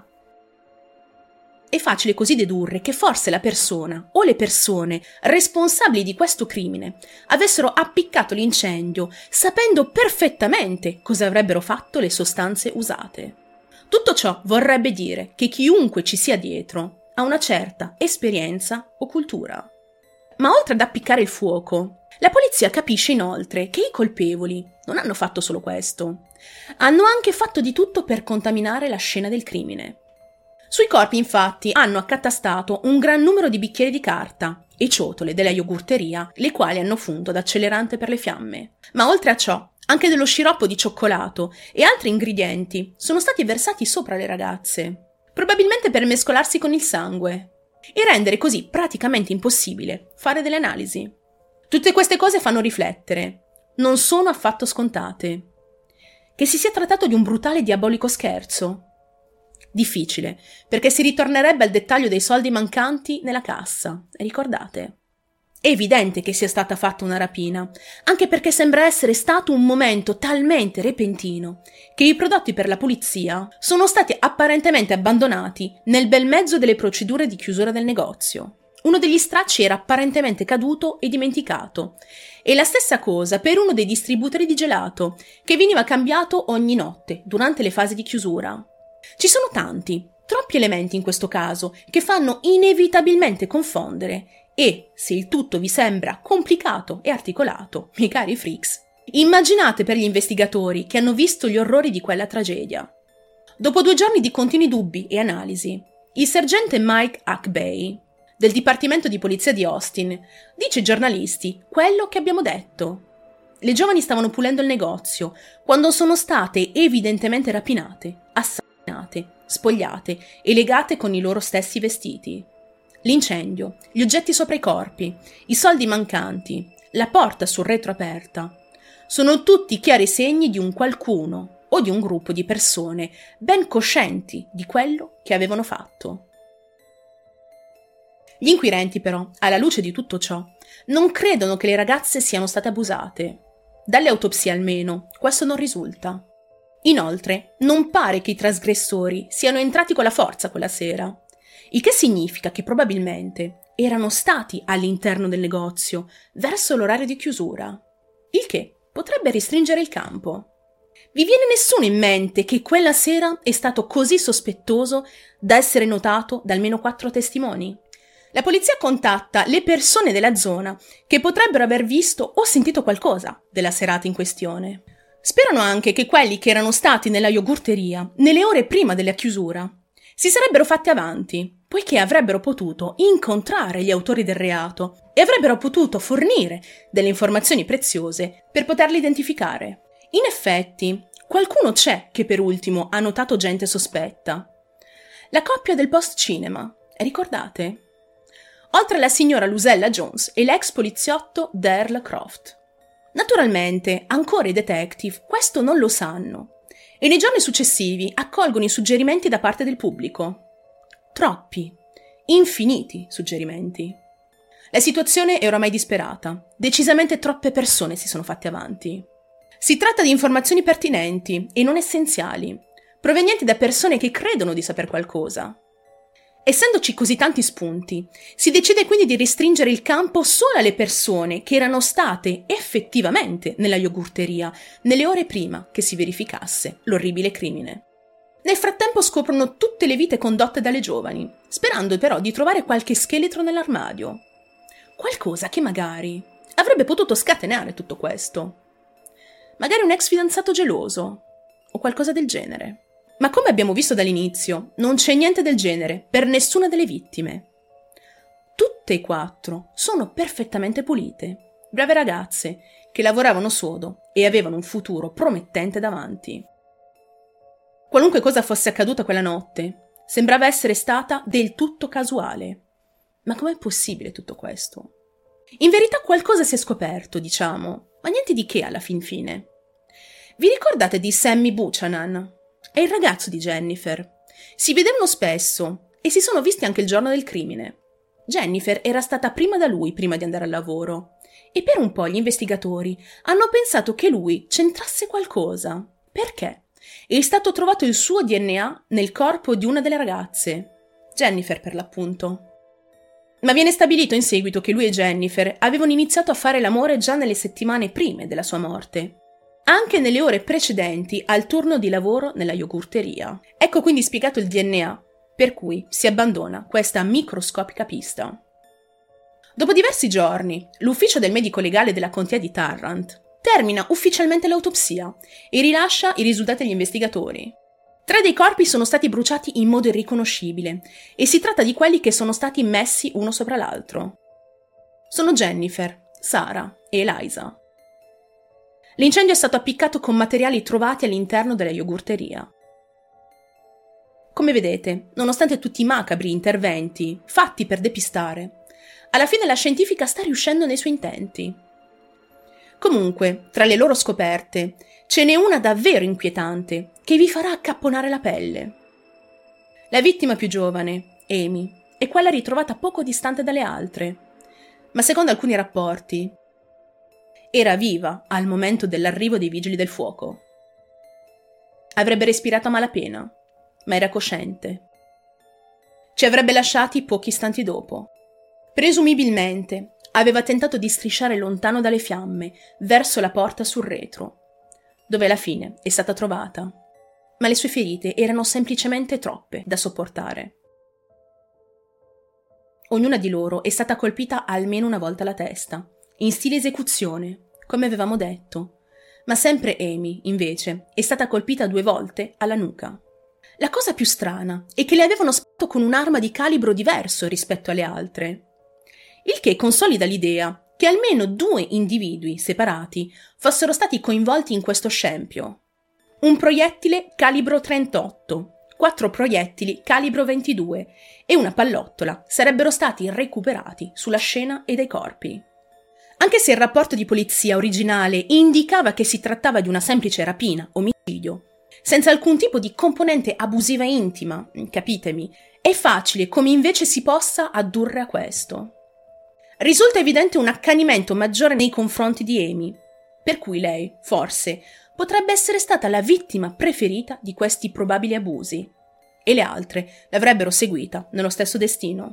È facile così dedurre che forse la persona o le persone responsabili di questo crimine avessero appiccato l'incendio sapendo perfettamente cosa avrebbero fatto le sostanze usate. Tutto ciò vorrebbe dire che chiunque ci sia dietro ha una certa esperienza o cultura. Ma oltre ad appiccare il fuoco, la polizia capisce inoltre che i colpevoli non hanno fatto solo questo. Hanno anche fatto di tutto per contaminare la scena del crimine. Sui corpi, infatti, hanno accatastato un gran numero di bicchieri di carta e ciotole della yogurteria, le quali hanno funto da accelerante per le fiamme. Ma oltre a ciò, anche dello sciroppo di cioccolato e altri ingredienti sono stati versati sopra le ragazze, probabilmente per mescolarsi con il sangue, e rendere così praticamente impossibile fare delle analisi. Tutte queste cose fanno riflettere. Non sono affatto scontate. Che si sia trattato di un brutale e diabolico scherzo? Difficile, perché si ritornerebbe al dettaglio dei soldi mancanti nella cassa, ricordate? È evidente che sia stata fatta una rapina, anche perché sembra essere stato un momento talmente repentino che i prodotti per la pulizia sono stati apparentemente abbandonati nel bel mezzo delle procedure di chiusura del negozio. Uno degli stracci era apparentemente caduto e dimenticato, e la stessa cosa per uno dei distributori di gelato, che veniva cambiato ogni notte durante le fasi di chiusura. Ci sono troppi elementi in questo caso che fanno inevitabilmente confondere e, se il tutto vi sembra complicato e articolato, miei cari freaks, immaginate per gli investigatori che hanno visto gli orrori di quella tragedia. Dopo 2 giorni di continui dubbi e analisi, il sergente Mike Hackbay, del Dipartimento di Polizia di Austin, dice ai giornalisti quello che abbiamo detto. Le giovani stavano pulendo il negozio quando sono state evidentemente rapinate, assassinate, spogliate e legate con i loro stessi vestiti. L'incendio, gli oggetti sopra i corpi, i soldi mancanti, la porta sul retro aperta, sono tutti chiari segni di un qualcuno o di un gruppo di persone ben coscienti di quello che avevano fatto. Gli inquirenti, però, alla luce di tutto ciò, non credono che le ragazze siano state abusate. Dalle autopsie almeno, questo non risulta. Inoltre, non pare che i trasgressori siano entrati con la forza quella sera, il che significa che probabilmente erano stati all'interno del negozio verso l'orario di chiusura, il che potrebbe restringere il campo. Vi viene nessuno in mente che quella sera è stato così sospettoso da essere notato da almeno 4 testimoni? La polizia contatta le persone della zona che potrebbero aver visto o sentito qualcosa della serata in questione. Sperano anche che quelli che erano stati nella yogurteria nelle ore prima della chiusura si sarebbero fatti avanti, poiché avrebbero potuto incontrare gli autori del reato e avrebbero potuto fornire delle informazioni preziose per poterli identificare. In effetti, qualcuno c'è che per ultimo ha notato gente sospetta. La coppia del post cinema, ricordate? Oltre alla signora Lucella Jones e l'ex poliziotto Darrell Croft. Naturalmente, ancora i detective questo non lo sanno e nei giorni successivi accolgono i suggerimenti da parte del pubblico. Troppi, infiniti suggerimenti. La situazione è oramai disperata. Decisamente troppe persone si sono fatte avanti. Si tratta di informazioni pertinenti e non essenziali, provenienti da persone che credono di saper qualcosa. Essendoci così tanti spunti, si decide quindi di restringere il campo solo alle persone che erano state effettivamente nella yogurteria nelle ore prima che si verificasse l'orribile crimine. Nel frattempo scoprono tutte le vite condotte dalle giovani, sperando però di trovare qualche scheletro nell'armadio. Qualcosa che magari avrebbe potuto scatenare tutto questo. Magari un ex fidanzato geloso, o qualcosa del genere. Ma come abbiamo visto dall'inizio, non c'è niente del genere per nessuna delle vittime. Tutte e 4 sono perfettamente pulite, brave ragazze che lavoravano sodo e avevano un futuro promettente davanti. Qualunque cosa fosse accaduta quella notte, sembrava essere stata del tutto casuale. Ma com'è possibile tutto questo? In verità qualcosa si è scoperto, diciamo, ma niente di che alla fin fine. Vi ricordate di Sammy Buchanan? È il ragazzo di Jennifer. Si vedevano spesso e si sono visti anche il giorno del crimine. Jennifer era stata prima da lui prima di andare al lavoro e per un po' gli investigatori hanno pensato che lui c'entrasse qualcosa. Perché? È stato trovato il suo DNA nel corpo di una delle ragazze, Jennifer per l'appunto. Ma viene stabilito in seguito che lui e Jennifer avevano iniziato a fare l'amore già nelle settimane prime della sua morte, anche nelle ore precedenti al turno di lavoro nella yogurteria. Ecco quindi spiegato il DNA, per cui si abbandona questa microscopica pista. Dopo diversi giorni, l'ufficio del medico legale della contea di Tarrant termina ufficialmente l'autopsia e rilascia i risultati agli investigatori. 3 dei corpi sono stati bruciati in modo irriconoscibile e si tratta di quelli che sono stati messi uno sopra l'altro. Sono Jennifer, Sarah e Eliza. L'incendio è stato appiccato con materiali trovati all'interno della yogurteria. Come vedete, nonostante tutti i macabri interventi fatti per depistare, alla fine la scientifica sta riuscendo nei suoi intenti. Comunque, tra le loro scoperte, ce n'è una davvero inquietante che vi farà accapponare la pelle. La vittima più giovane, Amy, è quella ritrovata poco distante dalle altre, ma secondo alcuni rapporti era viva al momento dell'arrivo dei vigili del fuoco. Avrebbe respirato a malapena, ma era cosciente. Ci avrebbe lasciati pochi istanti dopo. Presumibilmente aveva tentato di strisciare lontano dalle fiamme, verso la porta sul retro, dove alla fine è stata trovata. Ma le sue ferite erano semplicemente troppe da sopportare. Ognuna di loro è stata colpita almeno una volta alla testa, in stile esecuzione, come avevamo detto, ma sempre Amy, invece, è stata colpita 2 volte alla nuca. La cosa più strana è che le avevano sparato con un'arma di calibro diverso rispetto alle altre, il che consolida l'idea che almeno 2 individui separati fossero stati coinvolti in questo scempio. Un proiettile calibro 38, 4 proiettili calibro 22 e una pallottola sarebbero stati recuperati sulla scena e dai corpi. Anche se il rapporto di polizia originale indicava che si trattava di una semplice rapina, omicidio, senza alcun tipo di componente abusiva intima, capitemi, è facile come invece si possa addurre a questo. Risulta evidente un accanimento maggiore nei confronti di Amy, per cui lei, forse, potrebbe essere stata la vittima preferita di questi probabili abusi, e le altre l'avrebbero seguita nello stesso destino.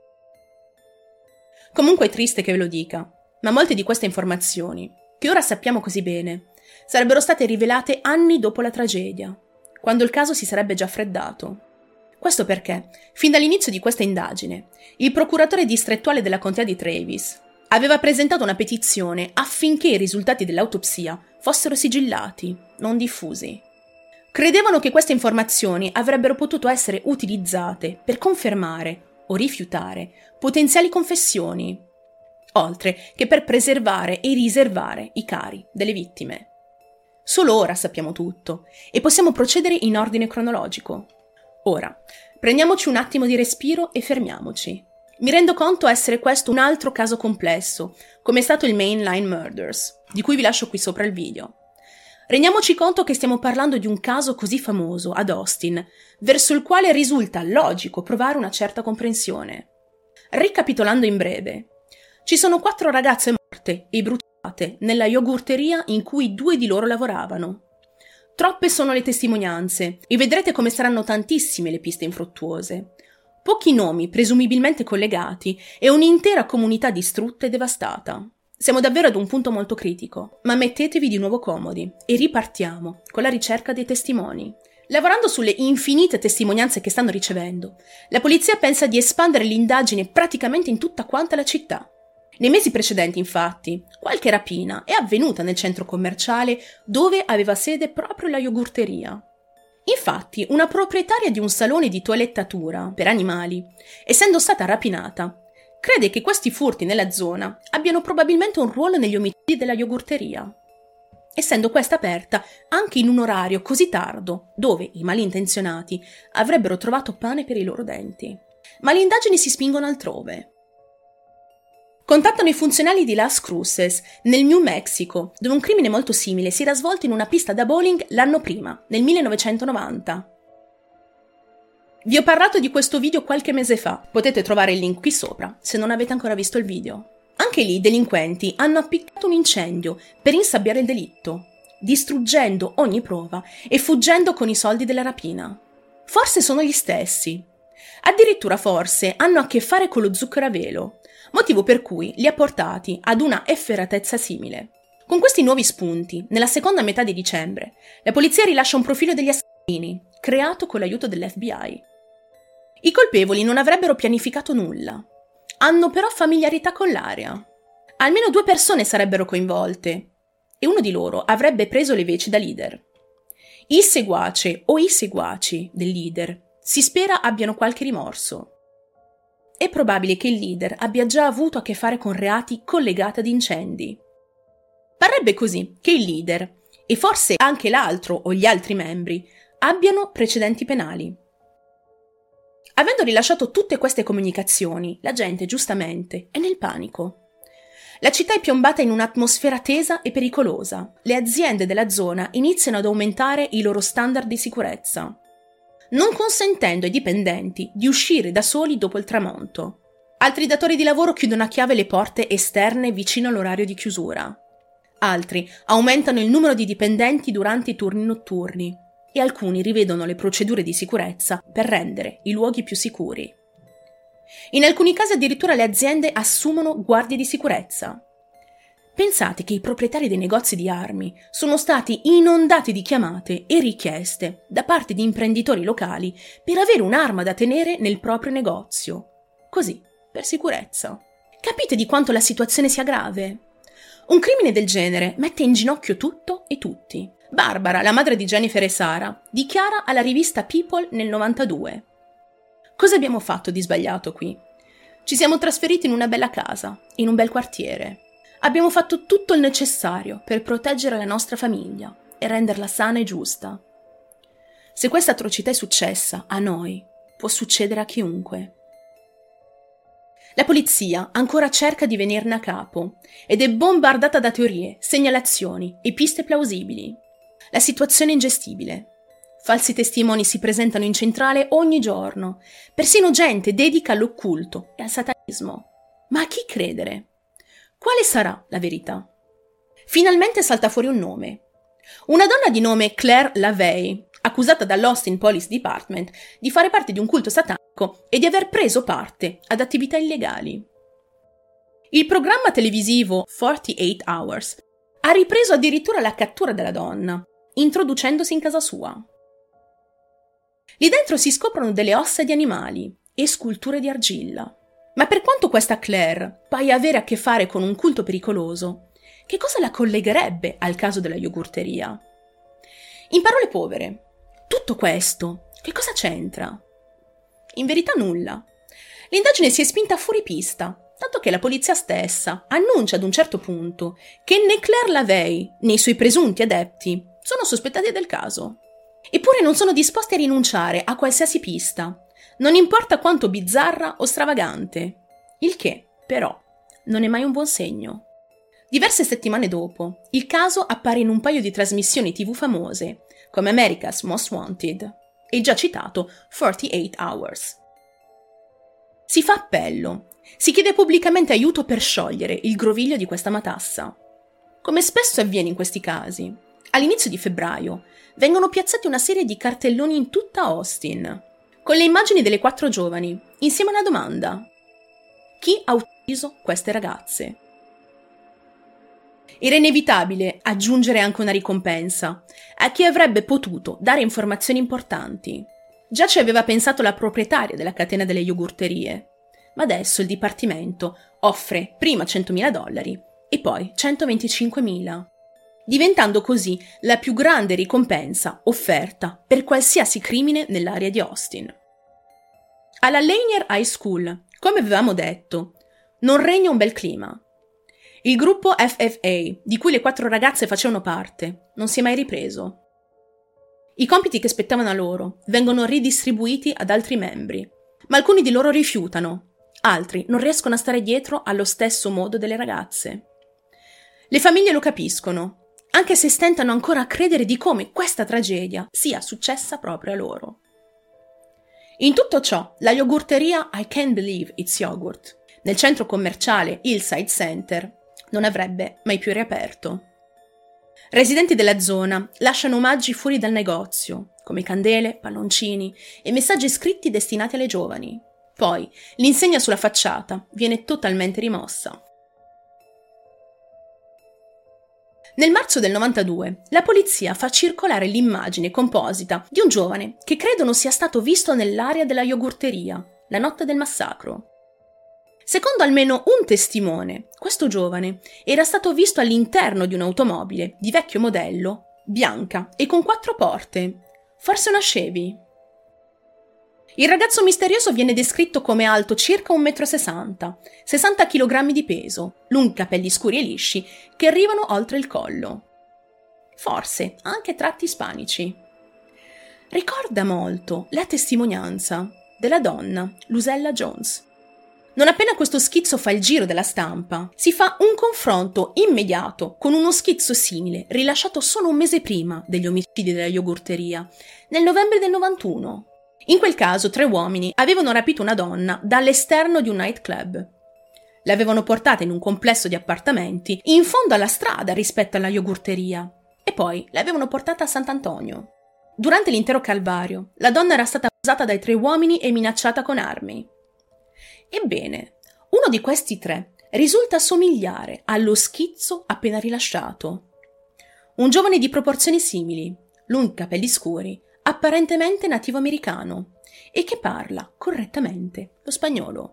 Comunque è triste che ve lo dica, ma molte di queste informazioni, che ora sappiamo così bene, sarebbero state rivelate anni dopo la tragedia, quando il caso si sarebbe già freddato. Questo perché, fin dall'inizio di questa indagine, il procuratore distrettuale della contea di Travis aveva presentato una petizione affinché i risultati dell'autopsia fossero sigillati, non diffusi. Credevano che queste informazioni avrebbero potuto essere utilizzate per confermare o rifiutare potenziali confessioni, oltre che per preservare e riservare i cari delle vittime. Solo ora sappiamo tutto e possiamo procedere in ordine cronologico. Ora, prendiamoci un attimo di respiro e fermiamoci. Mi rendo conto essere questo un altro caso complesso, come è stato il Mainline Murders, di cui vi lascio qui sopra il video. Rendiamoci conto che stiamo parlando di un caso così famoso ad Austin, verso il quale risulta logico provare una certa comprensione. Ricapitolando in breve, ci sono 4 ragazze morte e bruciate nella yogurteria in cui 2 di loro lavoravano. Troppe sono le testimonianze e vedrete come saranno tantissime le piste infruttuose. Pochi nomi presumibilmente collegati e un'intera comunità distrutta e devastata. Siamo davvero ad un punto molto critico, ma mettetevi di nuovo comodi e ripartiamo con la ricerca dei testimoni. Lavorando sulle infinite testimonianze che stanno ricevendo, la polizia pensa di espandere l'indagine praticamente in tutta quanta la città. Nei mesi precedenti, infatti, qualche rapina è avvenuta nel centro commerciale dove aveva sede proprio la yogurteria. Infatti, una proprietaria di un salone di toilettatura per animali, essendo stata rapinata, crede che questi furti nella zona abbiano probabilmente un ruolo negli omicidi della yogurteria, essendo questa aperta anche in un orario così tardo, dove i malintenzionati avrebbero trovato pane per i loro denti. Ma le indagini si spingono altrove. Contattano i funzionari di Las Cruces, nel New Mexico, dove un crimine molto simile si era svolto in una pista da bowling l'anno prima, nel 1990. Vi ho parlato di questo video qualche mese fa, potete trovare il link qui sopra, se non avete ancora visto il video. Anche lì i delinquenti hanno appiccato un incendio per insabbiare il delitto, distruggendo ogni prova e fuggendo con i soldi della rapina. Forse sono gli stessi. Addirittura forse hanno a che fare con lo zucchero a velo, motivo per cui li ha portati ad una efferatezza simile. Con questi nuovi spunti, nella seconda metà di dicembre, la polizia rilascia un profilo degli assassini, creato con l'aiuto dell'FBI. I colpevoli non avrebbero pianificato nulla. Hanno però familiarità con l'area. Almeno 2 persone sarebbero coinvolte, e uno di loro avrebbe preso le veci da leader. Il seguace o i seguaci del leader si spera abbiano qualche rimorso. È probabile che il leader abbia già avuto a che fare con reati collegati ad incendi. Parrebbe così che il leader, e forse anche l'altro o gli altri membri, abbiano precedenti penali. Avendo rilasciato tutte queste comunicazioni, la gente, giustamente, è nel panico. La città è piombata in un'atmosfera tesa e pericolosa. Le aziende della zona iniziano ad aumentare i loro standard di sicurezza, non consentendo ai dipendenti di uscire da soli dopo il tramonto. Altri datori di lavoro chiudono a chiave le porte esterne vicino all'orario di chiusura. Altri aumentano il numero di dipendenti durante i turni notturni e alcuni rivedono le procedure di sicurezza per rendere i luoghi più sicuri. In alcuni casi addirittura le aziende assumono guardie di sicurezza. Pensate che i proprietari dei negozi di armi sono stati inondati di chiamate e richieste da parte di imprenditori locali per avere un'arma da tenere nel proprio negozio. Così, per sicurezza. Capite di quanto la situazione sia grave? Un crimine del genere mette in ginocchio tutto e tutti. Barbara, la madre di Jennifer e Sara, dichiara alla rivista People nel 92. Cosa abbiamo fatto di sbagliato qui? Ci siamo trasferiti in una bella casa, in un bel quartiere. Abbiamo fatto tutto il necessario per proteggere la nostra famiglia e renderla sana e giusta. Se questa atrocità è successa a noi, può succedere a chiunque. La polizia ancora cerca di venirne a capo ed è bombardata da teorie, segnalazioni e piste plausibili. La situazione è ingestibile. Falsi testimoni si presentano in centrale ogni giorno, persino gente dedica all'occulto e al satanismo. Ma a chi credere? Quale sarà la verità? Finalmente salta fuori un nome. Una donna di nome Claire LaVey, accusata dall'Austin Police Department di fare parte di un culto satanico e di aver preso parte ad attività illegali. Il programma televisivo 48 Hours ha ripreso addirittura la cattura della donna, introducendosi in casa sua. Lì dentro si scoprono delle ossa di animali e sculture di argilla. Ma per quanto questa Claire paia avere a che fare con un culto pericoloso, che cosa la collegherebbe al caso della yogurteria? In parole povere, tutto questo, che cosa c'entra? In verità nulla. L'indagine si è spinta fuori pista, tanto che la polizia stessa annuncia ad un certo punto che né Claire LaVey né i suoi presunti adepti sono sospettati del caso. Eppure non sono disposti a rinunciare a qualsiasi pista, non importa quanto bizzarra o stravagante. Il che, però, non è mai un buon segno. Diverse settimane dopo, il caso appare in un paio di trasmissioni TV famose, come America's Most Wanted e il già citato 48 Hours. Si fa appello, si chiede pubblicamente aiuto per sciogliere il groviglio di questa matassa. Come spesso avviene in questi casi, all'inizio di febbraio vengono piazzati una serie di cartelloni in tutta Austin, con le immagini delle 4 giovani, insieme a una domanda. Chi ha ucciso queste ragazze? Era inevitabile aggiungere anche una ricompensa a chi avrebbe potuto dare informazioni importanti. Già ci aveva pensato la proprietaria della catena delle yogurterie, ma adesso il dipartimento offre prima $100.000 e poi $125.000, diventando così la più grande ricompensa offerta per qualsiasi crimine nell'area di Austin. Alla Lanier High School, come avevamo detto, non regna un bel clima. Il gruppo FFA, di cui le 4 ragazze facevano parte, non si è mai ripreso. I compiti che spettavano a loro vengono ridistribuiti ad altri membri, ma alcuni di loro rifiutano, altri non riescono a stare dietro allo stesso modo delle ragazze. Le famiglie lo capiscono, anche se stentano ancora a credere di come questa tragedia sia successa proprio a loro. In tutto ciò, la yogurteria I Can't Believe It's Yogurt, nel centro commerciale Hillside Center, non avrebbe mai più riaperto. Residenti della zona lasciano omaggi fuori dal negozio, come candele, palloncini e messaggi scritti destinati alle giovani. Poi, l'insegna sulla facciata viene totalmente rimossa. Nel marzo del 92, la polizia fa circolare l'immagine composita di un giovane che credono sia stato visto nell'area della yogurteria, la notte del massacro. Secondo almeno un testimone, questo giovane era stato visto all'interno di un'automobile di vecchio modello, bianca e con 4 porte, forse una Chevy. Il ragazzo misterioso viene descritto come alto circa 1,60 m, 60 kg di peso, lunghi capelli scuri e lisci che arrivano oltre il collo. Forse anche tratti ispanici. Ricorda molto la testimonianza della donna Lucella Jones. Non appena questo schizzo fa il giro della stampa, si fa un confronto immediato con uno schizzo simile rilasciato solo un mese prima degli omicidi della yogurteria, nel novembre del 91. In quel caso 3 uomini avevano rapito una donna dall'esterno di un nightclub. L'avevano portata in un complesso di appartamenti in fondo alla strada rispetto alla yogurteria e poi l'avevano portata a Sant'Antonio. Durante l'intero calvario, la donna era stata accusata dai 3 uomini e minacciata con armi. Ebbene, uno di questi 3 risulta somigliare allo schizzo appena rilasciato. Un giovane di proporzioni simili, lunghi capelli scuri, apparentemente nativo americano e che parla correttamente lo spagnolo.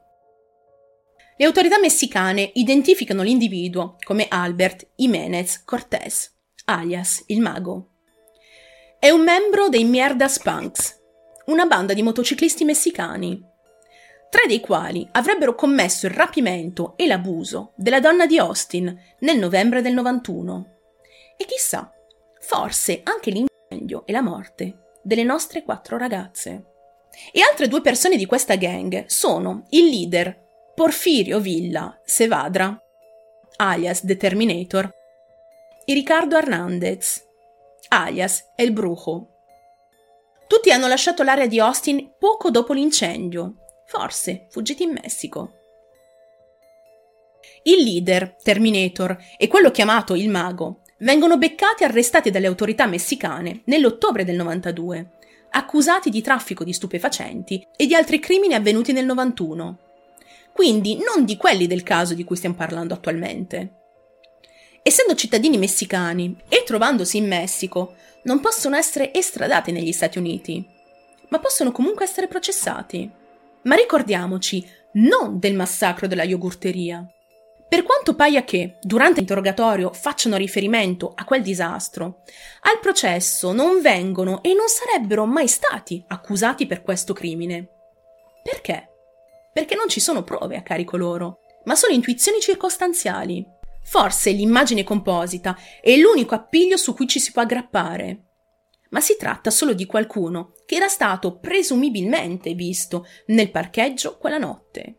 Le autorità messicane identificano l'individuo come Albert Jiménez Cortés, alias il Mago. È un membro dei Mierdas Punks, una banda di motociclisti messicani, 3 dei quali avrebbero commesso il rapimento e l'abuso della donna di Austin nel novembre del 91. E chissà, forse anche l'incendio e la morte delle nostre 4 ragazze. E altre 2 persone di questa gang sono il leader Porfirio Villa Sevadra, alias The Terminator, e Ricardo Hernandez, alias El Brujo. Tutti hanno lasciato l'area di Austin poco dopo l'incendio, forse fuggiti in Messico. Il leader, Terminator, e quello chiamato il Mago, vengono beccati e arrestati dalle autorità messicane nell'ottobre del 92, accusati di traffico di stupefacenti e di altri crimini avvenuti nel 91. Quindi non di quelli del caso di cui stiamo parlando attualmente. Essendo cittadini messicani e trovandosi in Messico, non possono essere estradati negli Stati Uniti, ma possono comunque essere processati. Ma ricordiamoci, non del massacro della yogurteria. Per quanto paia che, durante l'interrogatorio, facciano riferimento a quel disastro, al processo non vengono e non sarebbero mai stati accusati per questo crimine. Perché? Perché non ci sono prove a carico loro, ma solo intuizioni circostanziali. Forse l'immagine composita è l'unico appiglio su cui ci si può aggrappare. Ma si tratta solo di qualcuno che era stato presumibilmente visto nel parcheggio quella notte.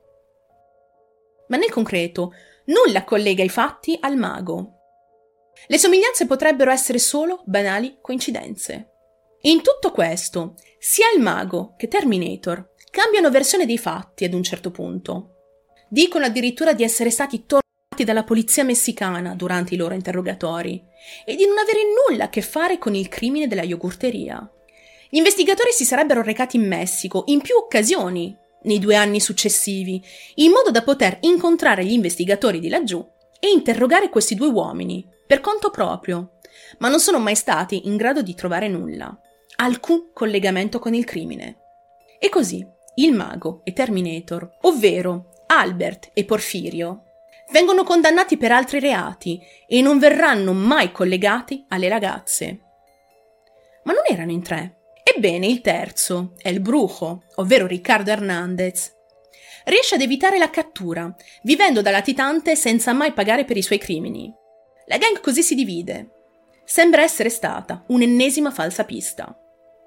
Ma nel concreto, nulla collega i fatti al mago. Le somiglianze potrebbero essere solo banali coincidenze. In tutto questo, sia il mago che Terminator cambiano versione dei fatti ad un certo punto. Dicono addirittura di essere stati torturati dalla polizia messicana durante i loro interrogatori e di non avere nulla a che fare con il crimine della yogurteria. Gli investigatori si sarebbero recati in Messico in più occasioni nei 2 anni successivi, in modo da poter incontrare gli investigatori di laggiù e interrogare questi 2 uomini, per conto proprio, ma non sono mai stati in grado di trovare nulla, alcun collegamento con il crimine. E così, il mago e Terminator, ovvero Albert e Porfirio, vengono condannati per altri reati e non verranno mai collegati alle ragazze. Ma non erano in 3. Ebbene, il terzo, El Brujo, ovvero Ricardo Hernandez, riesce ad evitare la cattura, vivendo da latitante senza mai pagare per i suoi crimini. La gang così si divide. Sembra essere stata un'ennesima falsa pista.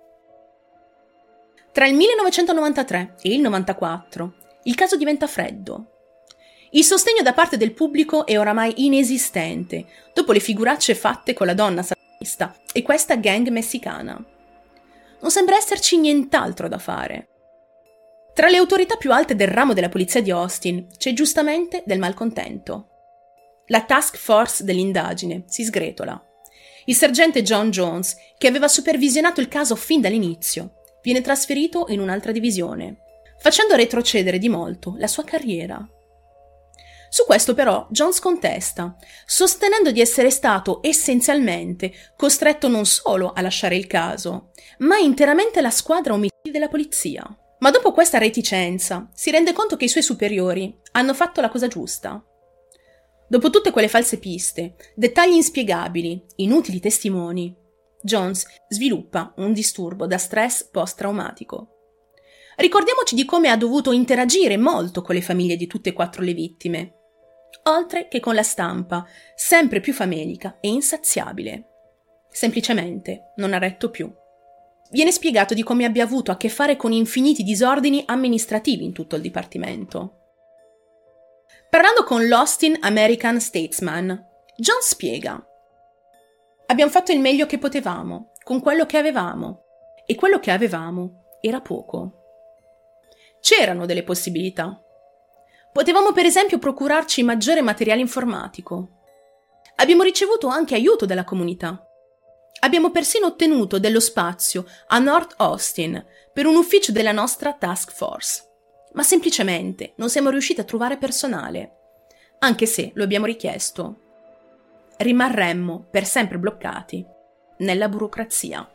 Tra il 1993 e il 94, il caso diventa freddo. Il sostegno da parte del pubblico è oramai inesistente, dopo le figuracce fatte con la donna satanista e questa gang messicana. Non sembra esserci nient'altro da fare. Tra le autorità più alte del ramo della polizia di Austin c'è giustamente del malcontento. La task force dell'indagine si sgretola. Il sergente John Jones, che aveva supervisionato il caso fin dall'inizio, viene trasferito in un'altra divisione, facendo retrocedere di molto la sua carriera. Su questo però Jones contesta, sostenendo di essere stato essenzialmente costretto non solo a lasciare il caso, ma interamente la squadra omicidi della polizia. Ma dopo questa reticenza si rende conto che i suoi superiori hanno fatto la cosa giusta. Dopo tutte quelle false piste, dettagli inspiegabili, inutili testimoni, Jones sviluppa un disturbo da stress post-traumatico. Ricordiamoci di come ha dovuto interagire molto con le famiglie di tutte e 4 le vittime, oltre che con la stampa, sempre più famelica e insaziabile. Semplicemente non ha retto più. Viene spiegato di come abbia avuto a che fare con infiniti disordini amministrativi in tutto il dipartimento. Parlando con l'Austin American Statesman, John spiega: abbiamo fatto il meglio che potevamo, con quello che avevamo, e quello che avevamo era poco. C'erano delle possibilità. Potevamo per esempio procurarci maggiore materiale informatico. Abbiamo ricevuto anche aiuto dalla comunità. Abbiamo persino ottenuto dello spazio a North Austin per un ufficio della nostra task force, ma semplicemente non siamo riusciti a trovare personale, anche se lo abbiamo richiesto. Rimarremmo per sempre bloccati nella burocrazia.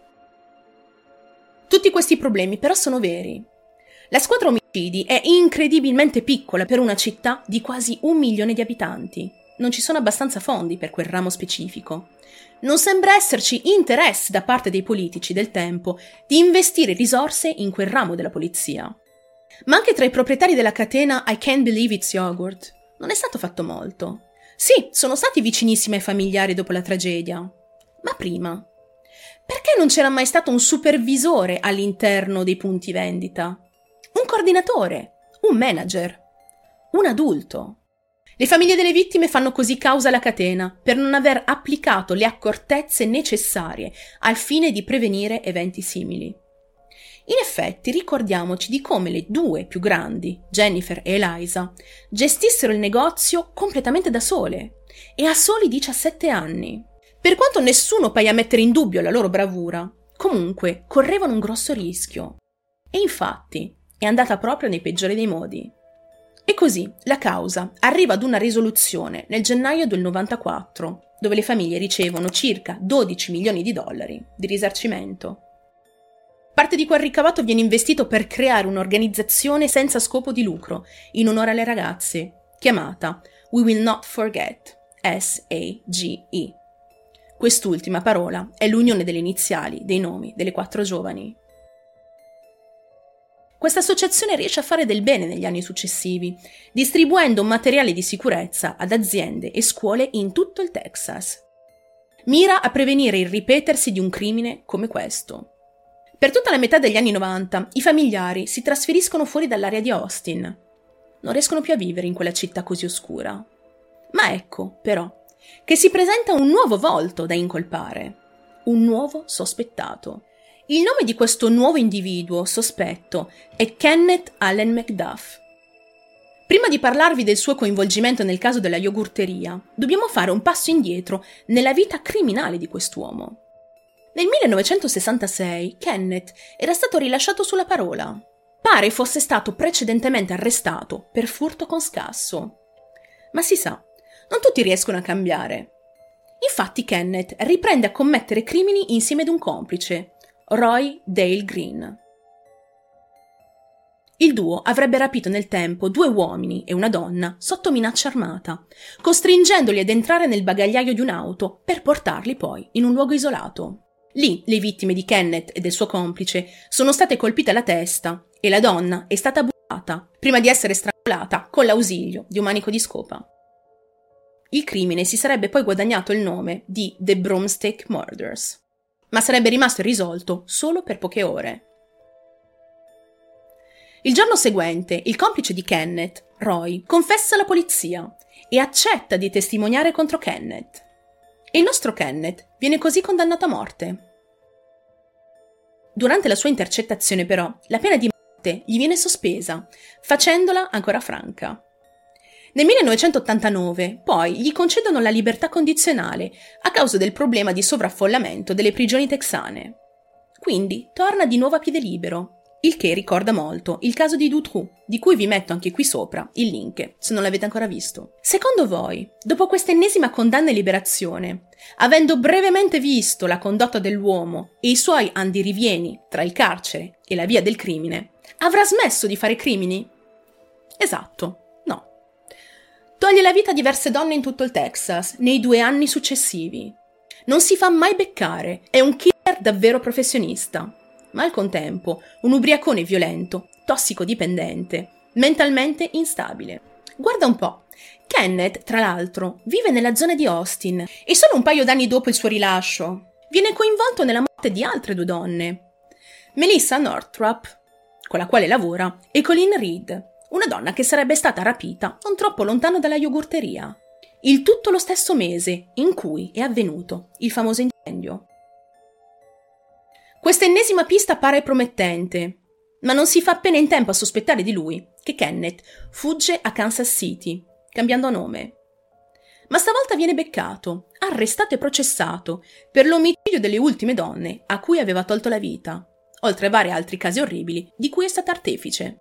Tutti questi problemi però sono veri. La squadra omicidi è incredibilmente piccola per una città di quasi 1 milione di abitanti. Non ci sono abbastanza fondi per quel ramo specifico. Non sembra esserci interesse da parte dei politici del tempo di investire risorse in quel ramo della polizia. Ma anche tra i proprietari della catena I Can't Believe It's Yogurt non è stato fatto molto. Sì, sono stati vicinissimi ai familiari dopo la tragedia, ma prima. Perché non c'era mai stato un supervisore all'interno dei punti vendita? Un coordinatore, un manager, un adulto. Le famiglie delle vittime fanno così causa alla catena per non aver applicato le accortezze necessarie al fine di prevenire eventi simili. In effetti, ricordiamoci di come le 2 più grandi, Jennifer e Eliza, gestissero il negozio completamente da sole e a soli 17 anni. Per quanto nessuno paia a mettere in dubbio la loro bravura, comunque correvano un grosso rischio. E infatti è andata proprio nei peggiori dei modi. E così la causa arriva ad una risoluzione nel gennaio del 94, dove le famiglie ricevono circa 12 milioni di dollari di risarcimento. Parte di quel ricavato viene investito per creare un'organizzazione senza scopo di lucro, in onore alle ragazze, chiamata We Will Not Forget, SAGE. Quest'ultima parola è l'unione delle iniziali dei nomi delle 4 giovani. Questa associazione riesce a fare del bene negli anni successivi, distribuendo materiale di sicurezza ad aziende e scuole in tutto il Texas. Mira a prevenire il ripetersi di un crimine come questo. Per tutta la metà degli anni 90 i familiari si trasferiscono fuori dall'area di Austin. Non riescono più a vivere in quella città così oscura. Ma ecco, però, che si presenta un nuovo volto da incolpare, un nuovo sospettato. Il nome di questo nuovo individuo sospetto è Kenneth Allen McDuff. Prima di parlarvi del suo coinvolgimento nel caso della yogurteria, dobbiamo fare un passo indietro nella vita criminale di quest'uomo. Nel 1966 Kenneth era stato rilasciato sulla parola. Pare fosse stato precedentemente arrestato per furto con scasso. Ma si sa, non tutti riescono a cambiare. Infatti Kenneth riprende a commettere crimini insieme ad un complice, Roy Dale Green. Il duo avrebbe rapito nel tempo 2 uomini e una donna sotto minaccia armata, costringendoli ad entrare nel bagagliaio di un'auto per portarli poi in un luogo isolato. Lì le vittime di Kenneth e del suo complice sono state colpite alla testa e la donna è stata bruciata prima di essere strangolata con l'ausilio di un manico di scopa. Il crimine si sarebbe poi guadagnato il nome di The Broomstick Murders, ma sarebbe rimasto irrisolto solo per poche ore. Il giorno seguente, il complice di Kenneth, Roy, confessa alla polizia e accetta di testimoniare contro Kenneth. E il nostro Kenneth viene così condannato a morte. Durante la sua intercettazione, però, la pena di morte gli viene sospesa, facendola ancora franca. Nel 1989, poi, gli concedono la libertà condizionale a causa del problema di sovraffollamento delle prigioni texane. Quindi torna di nuovo a piede libero, il che ricorda molto il caso di Dutroux, di cui vi metto anche qui sopra il link, se non l'avete ancora visto. Secondo voi, dopo questa ennesima condanna e liberazione, avendo brevemente visto la condotta dell'uomo e i suoi andirivieni tra il carcere e la via del crimine, avrà smesso di fare crimini? Esatto. Toglie la vita a diverse donne in tutto il Texas nei 2 anni successivi. Non si fa mai beccare, è un killer davvero professionista, ma al contempo un ubriacone violento, tossicodipendente, mentalmente instabile. Guarda un po', Kenneth, tra l'altro, vive nella zona di Austin e solo un paio d'anni dopo il suo rilascio viene coinvolto nella morte di altre 2 donne, Melissa Northrup, con la quale lavora, e Colleen Reed, una donna che sarebbe stata rapita non troppo lontano dalla yogurteria. Il tutto lo stesso mese in cui è avvenuto il famoso incendio. Questa ennesima pista pare promettente, ma non si fa appena in tempo a sospettare di lui che Kenneth fugge a Kansas City, cambiando nome. Ma stavolta viene beccato, arrestato e processato per l'omicidio delle ultime donne a cui aveva tolto la vita, oltre a vari altri casi orribili di cui è stata artefice.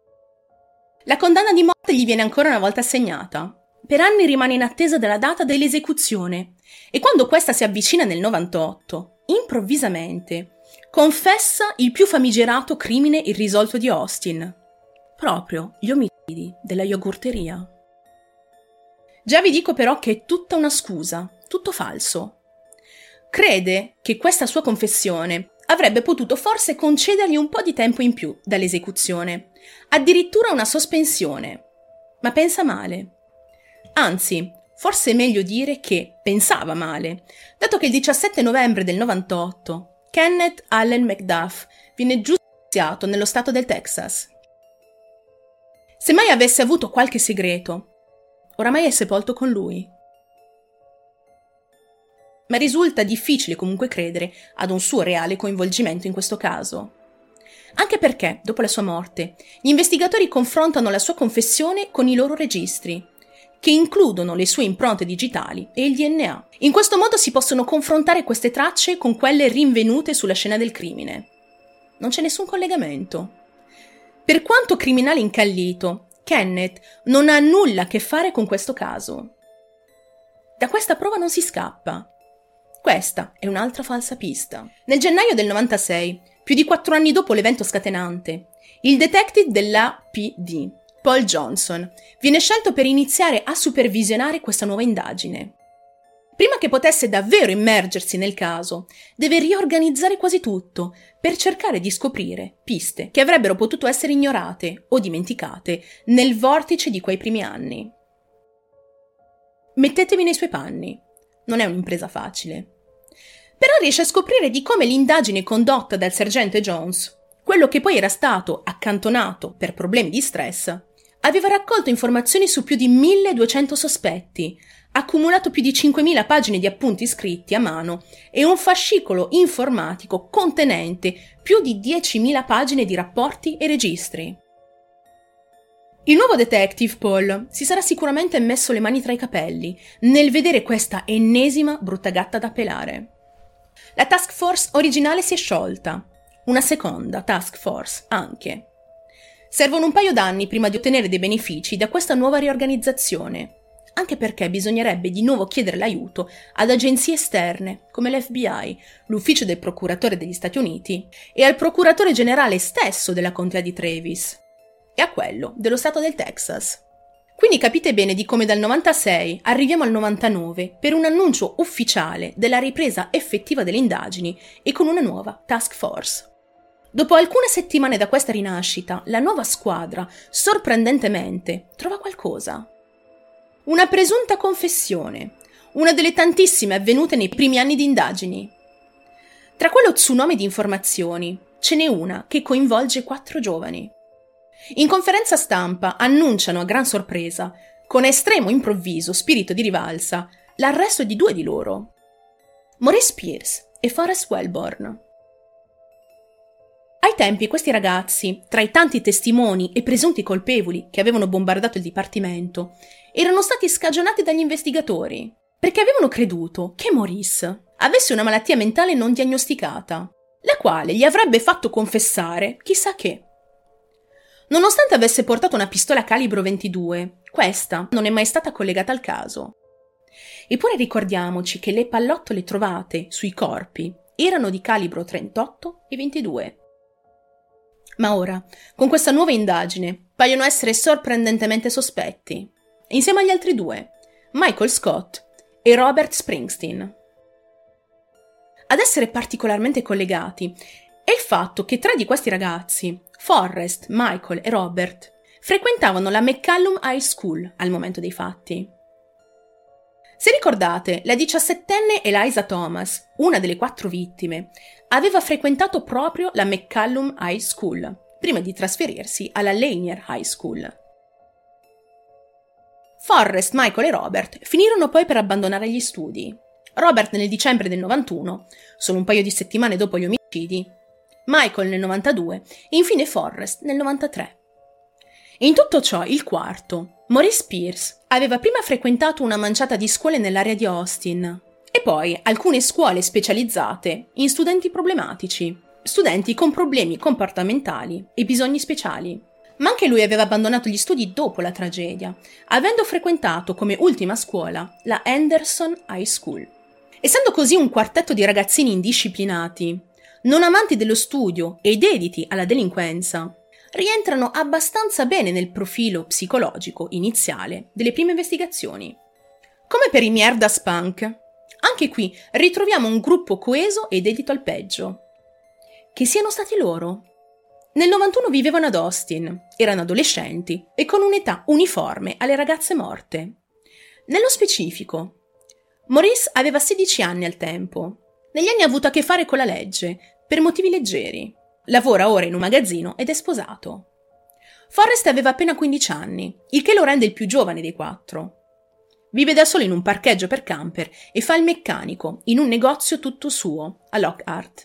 La condanna di morte gli viene ancora una volta assegnata. Per anni rimane in attesa della data dell'esecuzione e quando questa si avvicina nel 98, improvvisamente, confessa il più famigerato crimine irrisolto di Austin, proprio gli omicidi della yogurteria. Già vi dico però che è tutta una scusa, tutto falso. Crede che questa sua confessione avrebbe potuto forse concedergli un po' di tempo in più dall'esecuzione, addirittura una sospensione. Ma pensa male. Anzi, forse è meglio dire che pensava male, dato che il 17 novembre del 98 Kenneth Allen McDuff viene giustiziato nello stato del Texas. Se mai avesse avuto qualche segreto, oramai è sepolto con lui. Ma risulta difficile comunque credere ad un suo reale coinvolgimento in questo caso. Anche perché, dopo la sua morte, gli investigatori confrontano la sua confessione con i loro registri, che includono le sue impronte digitali e il DNA. In questo modo si possono confrontare queste tracce con quelle rinvenute sulla scena del crimine. Non c'è nessun collegamento. Per quanto criminale incallito, Kenneth non ha nulla a che fare con questo caso. Da questa prova non si scappa. Questa è un'altra falsa pista. Nel gennaio del 96, più di 4 anni dopo l'evento scatenante, il detective dell'APD, Paul Johnson, viene scelto per iniziare a supervisionare questa nuova indagine. Prima che potesse davvero immergersi nel caso, deve riorganizzare quasi tutto per cercare di scoprire piste che avrebbero potuto essere ignorate o dimenticate nel vortice di quei primi anni. Mettetevi nei suoi panni. Non è un'impresa facile. Però riesce a scoprire di come l'indagine condotta dal sergente Jones, quello che poi era stato accantonato per problemi di stress, aveva raccolto informazioni su più di 1200 sospetti, accumulato più di 5000 pagine di appunti scritti a mano e un fascicolo informatico contenente più di 10.000 pagine di rapporti e registri. Il nuovo detective Paul si sarà sicuramente messo le mani tra i capelli nel vedere questa ennesima brutta gatta da pelare. La task force originale si è sciolta, una seconda task force anche. Servono un paio d'anni prima di ottenere dei benefici da questa nuova riorganizzazione, anche perché bisognerebbe di nuovo chiedere l'aiuto ad agenzie esterne come l'FBI, l'ufficio del procuratore degli Stati Uniti e al procuratore generale stesso della contea di Travis e a quello dello stato del Texas. Quindi capite bene di come dal 96 arriviamo al 99 per un annuncio ufficiale della ripresa effettiva delle indagini e con una nuova task force. Dopo alcune settimane da questa rinascita, la nuova squadra, sorprendentemente, trova qualcosa. Una presunta confessione, una delle tantissime avvenute nei primi anni di indagini. Tra quello tsunami di informazioni, ce n'è una che coinvolge 4 giovani. In conferenza stampa annunciano a gran sorpresa, con estremo improvviso spirito di rivalsa, l'arresto di 2 di loro, Maurice Pierce e Forrest Wellborn. Ai tempi questi ragazzi, tra i tanti testimoni e presunti colpevoli che avevano bombardato il dipartimento, erano stati scagionati dagli investigatori, perché avevano creduto che Maurice avesse una malattia mentale non diagnosticata, la quale gli avrebbe fatto confessare chissà che. Nonostante avesse portato una pistola calibro 22, questa non è mai stata collegata al caso. Eppure ricordiamoci che le pallottole trovate sui corpi erano di calibro 38 e 22. Ma ora, con questa nuova indagine, paiono essere sorprendentemente sospetti, insieme agli altri 2, Michael Scott e Robert Springsteen. Ad essere particolarmente collegati è il fatto che 3 di questi ragazzi, Forrest, Michael e Robert, frequentavano la McCallum High School al momento dei fatti. Se ricordate, la 17enne Eliza Thomas, una delle 4 vittime, aveva frequentato proprio la McCallum High School, prima di trasferirsi alla Lanier High School. Forrest, Michael e Robert finirono poi per abbandonare gli studi. Robert nel dicembre del 91, solo un paio di settimane dopo gli omicidi, Michael nel 92 e infine Forrest nel 93. In tutto ciò, il quarto, Maurice Pierce, aveva prima frequentato una manciata di scuole nell'area di Austin e poi alcune scuole specializzate in studenti problematici, studenti con problemi comportamentali e bisogni speciali. Ma anche lui aveva abbandonato gli studi dopo la tragedia, avendo frequentato come ultima scuola la Henderson High School. Essendo così un quartetto di ragazzini indisciplinati, non amanti dello studio e dediti alla delinquenza, rientrano abbastanza bene nel profilo psicologico iniziale delle prime investigazioni. Come per i Mierdas Punk, anche qui ritroviamo un gruppo coeso e dedito al peggio. Che siano stati loro? Nel 91 vivevano ad Austin, erano adolescenti e con un'età uniforme alle ragazze morte. Nello specifico, Maurice aveva 16 anni al tempo. Negli anni ha avuto a che fare con la legge, per motivi leggeri. Lavora ora in un magazzino ed è sposato. Forrest aveva appena 15 anni, il che lo rende il più giovane dei 4. Vive da solo in un parcheggio per camper e fa il meccanico in un negozio tutto suo, a Lockhart.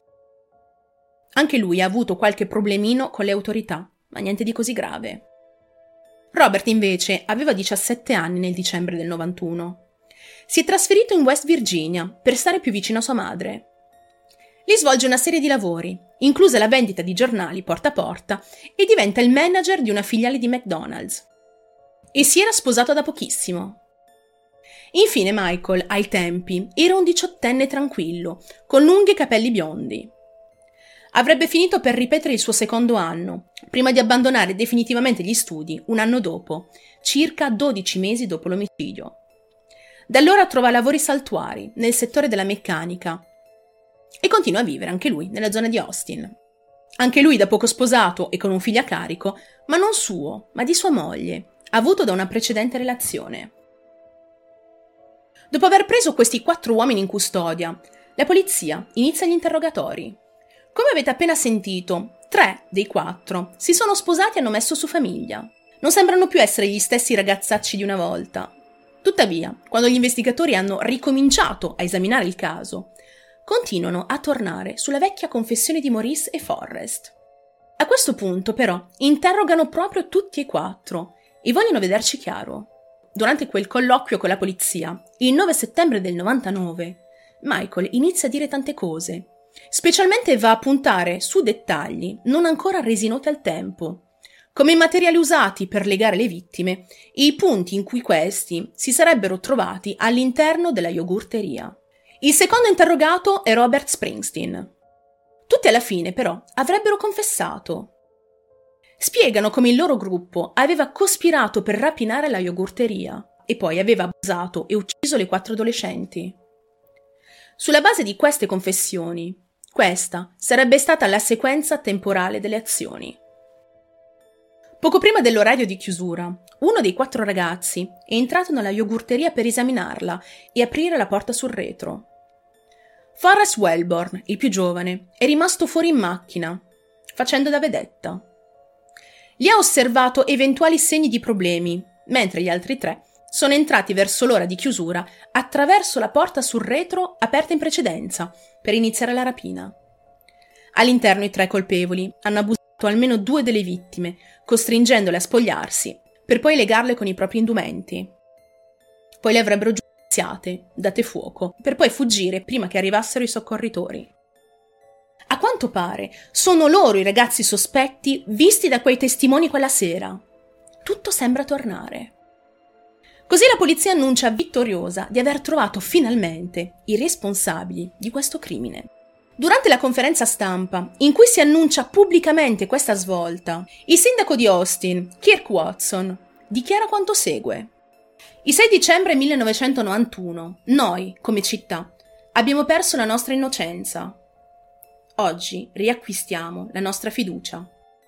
Anche lui ha avuto qualche problemino con le autorità, ma niente di così grave. Robert invece aveva 17 anni nel dicembre del 91. Si è trasferito in West Virginia per stare più vicino a sua madre. Lì svolge una serie di lavori, inclusa la vendita di giornali porta a porta, e diventa il manager di una filiale di McDonald's. E si era sposato da pochissimo. Infine Michael, ai tempi, era un 18enne tranquillo, con lunghi capelli biondi. Avrebbe finito per ripetere il suo secondo anno, prima di abbandonare definitivamente gli studi un anno dopo, circa 12 mesi dopo l'omicidio. Da allora trova lavori saltuari nel settore della meccanica e continua a vivere anche lui nella zona di Austin. Anche lui da poco sposato e con un figlio a carico, ma non suo, ma di sua moglie, avuto da una precedente relazione. Dopo aver preso questi 4 uomini in custodia, la polizia inizia gli interrogatori. Come avete appena sentito, 3 dei 4 si sono sposati e hanno messo su famiglia. Non sembrano più essere gli stessi ragazzacci di una volta. Tuttavia, quando gli investigatori hanno ricominciato a esaminare il caso, continuano a tornare sulla vecchia confessione di Maurice e Forrest. A questo punto, però, interrogano proprio tutti e 4 e vogliono vederci chiaro. Durante quel colloquio con la polizia, il 9 settembre del 99, Michael inizia a dire tante cose. Specialmente va a puntare su dettagli non ancora resi noti al tempo, come i materiali usati per legare le vittime e i punti in cui questi si sarebbero trovati all'interno della yogurteria. Il secondo interrogato è Robert Springsteen. Tutti alla fine, però, avrebbero confessato. Spiegano come il loro gruppo aveva cospirato per rapinare la yogurteria e poi aveva abusato e ucciso le 4 adolescenti. Sulla base di queste confessioni, questa sarebbe stata la sequenza temporale delle azioni. Poco prima dell'orario di chiusura, uno dei 4 ragazzi è entrato nella yogurteria per esaminarla e aprire la porta sul retro. Forrest Wellborn, il più giovane, è rimasto fuori in macchina, facendo da vedetta. Gli ha osservato eventuali segni di problemi, mentre gli altri 3 sono entrati verso l'ora di chiusura attraverso la porta sul retro aperta in precedenza per iniziare la rapina. All'interno i 3 colpevoli hanno abusato almeno 2 delle vittime, costringendole a spogliarsi, per poi legarle con i propri indumenti. Poi le avrebbero giustiziate, date fuoco, per poi fuggire prima che arrivassero i soccorritori. A quanto pare, sono loro i ragazzi sospetti visti da quei testimoni quella sera. Tutto sembra tornare. Così la polizia annuncia vittoriosa di aver trovato finalmente i responsabili di questo crimine. Durante la conferenza stampa, in cui si annuncia pubblicamente questa svolta, il sindaco di Austin, Kirk Watson, dichiara quanto segue. Il 6 dicembre 1991, noi, come città, abbiamo perso la nostra innocenza. Oggi riacquistiamo la nostra fiducia.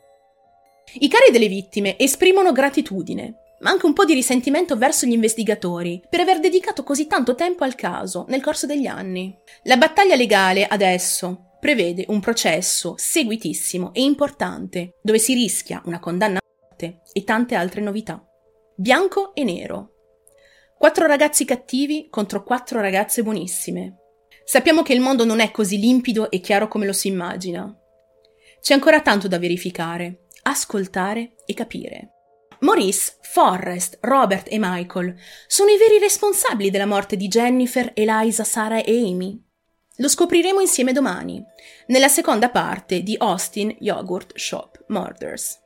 I cari delle vittime esprimono gratitudine, ma anche un po' di risentimento verso gli investigatori per aver dedicato così tanto tempo al caso nel corso degli anni. La battaglia legale adesso prevede un processo seguitissimo e importante, dove si rischia una condanna a morte e tante altre novità. Bianco e nero. 4 ragazzi cattivi contro 4 ragazze buonissime. Sappiamo che il mondo non è così limpido e chiaro come lo si immagina. C'è ancora tanto da verificare, ascoltare e capire. Maurice, Forrest, Robert e Michael sono i veri responsabili della morte di Jennifer, Eliza, Sarah e Amy. Lo scopriremo insieme domani, nella seconda parte di Austin Yogurt Shop Murders.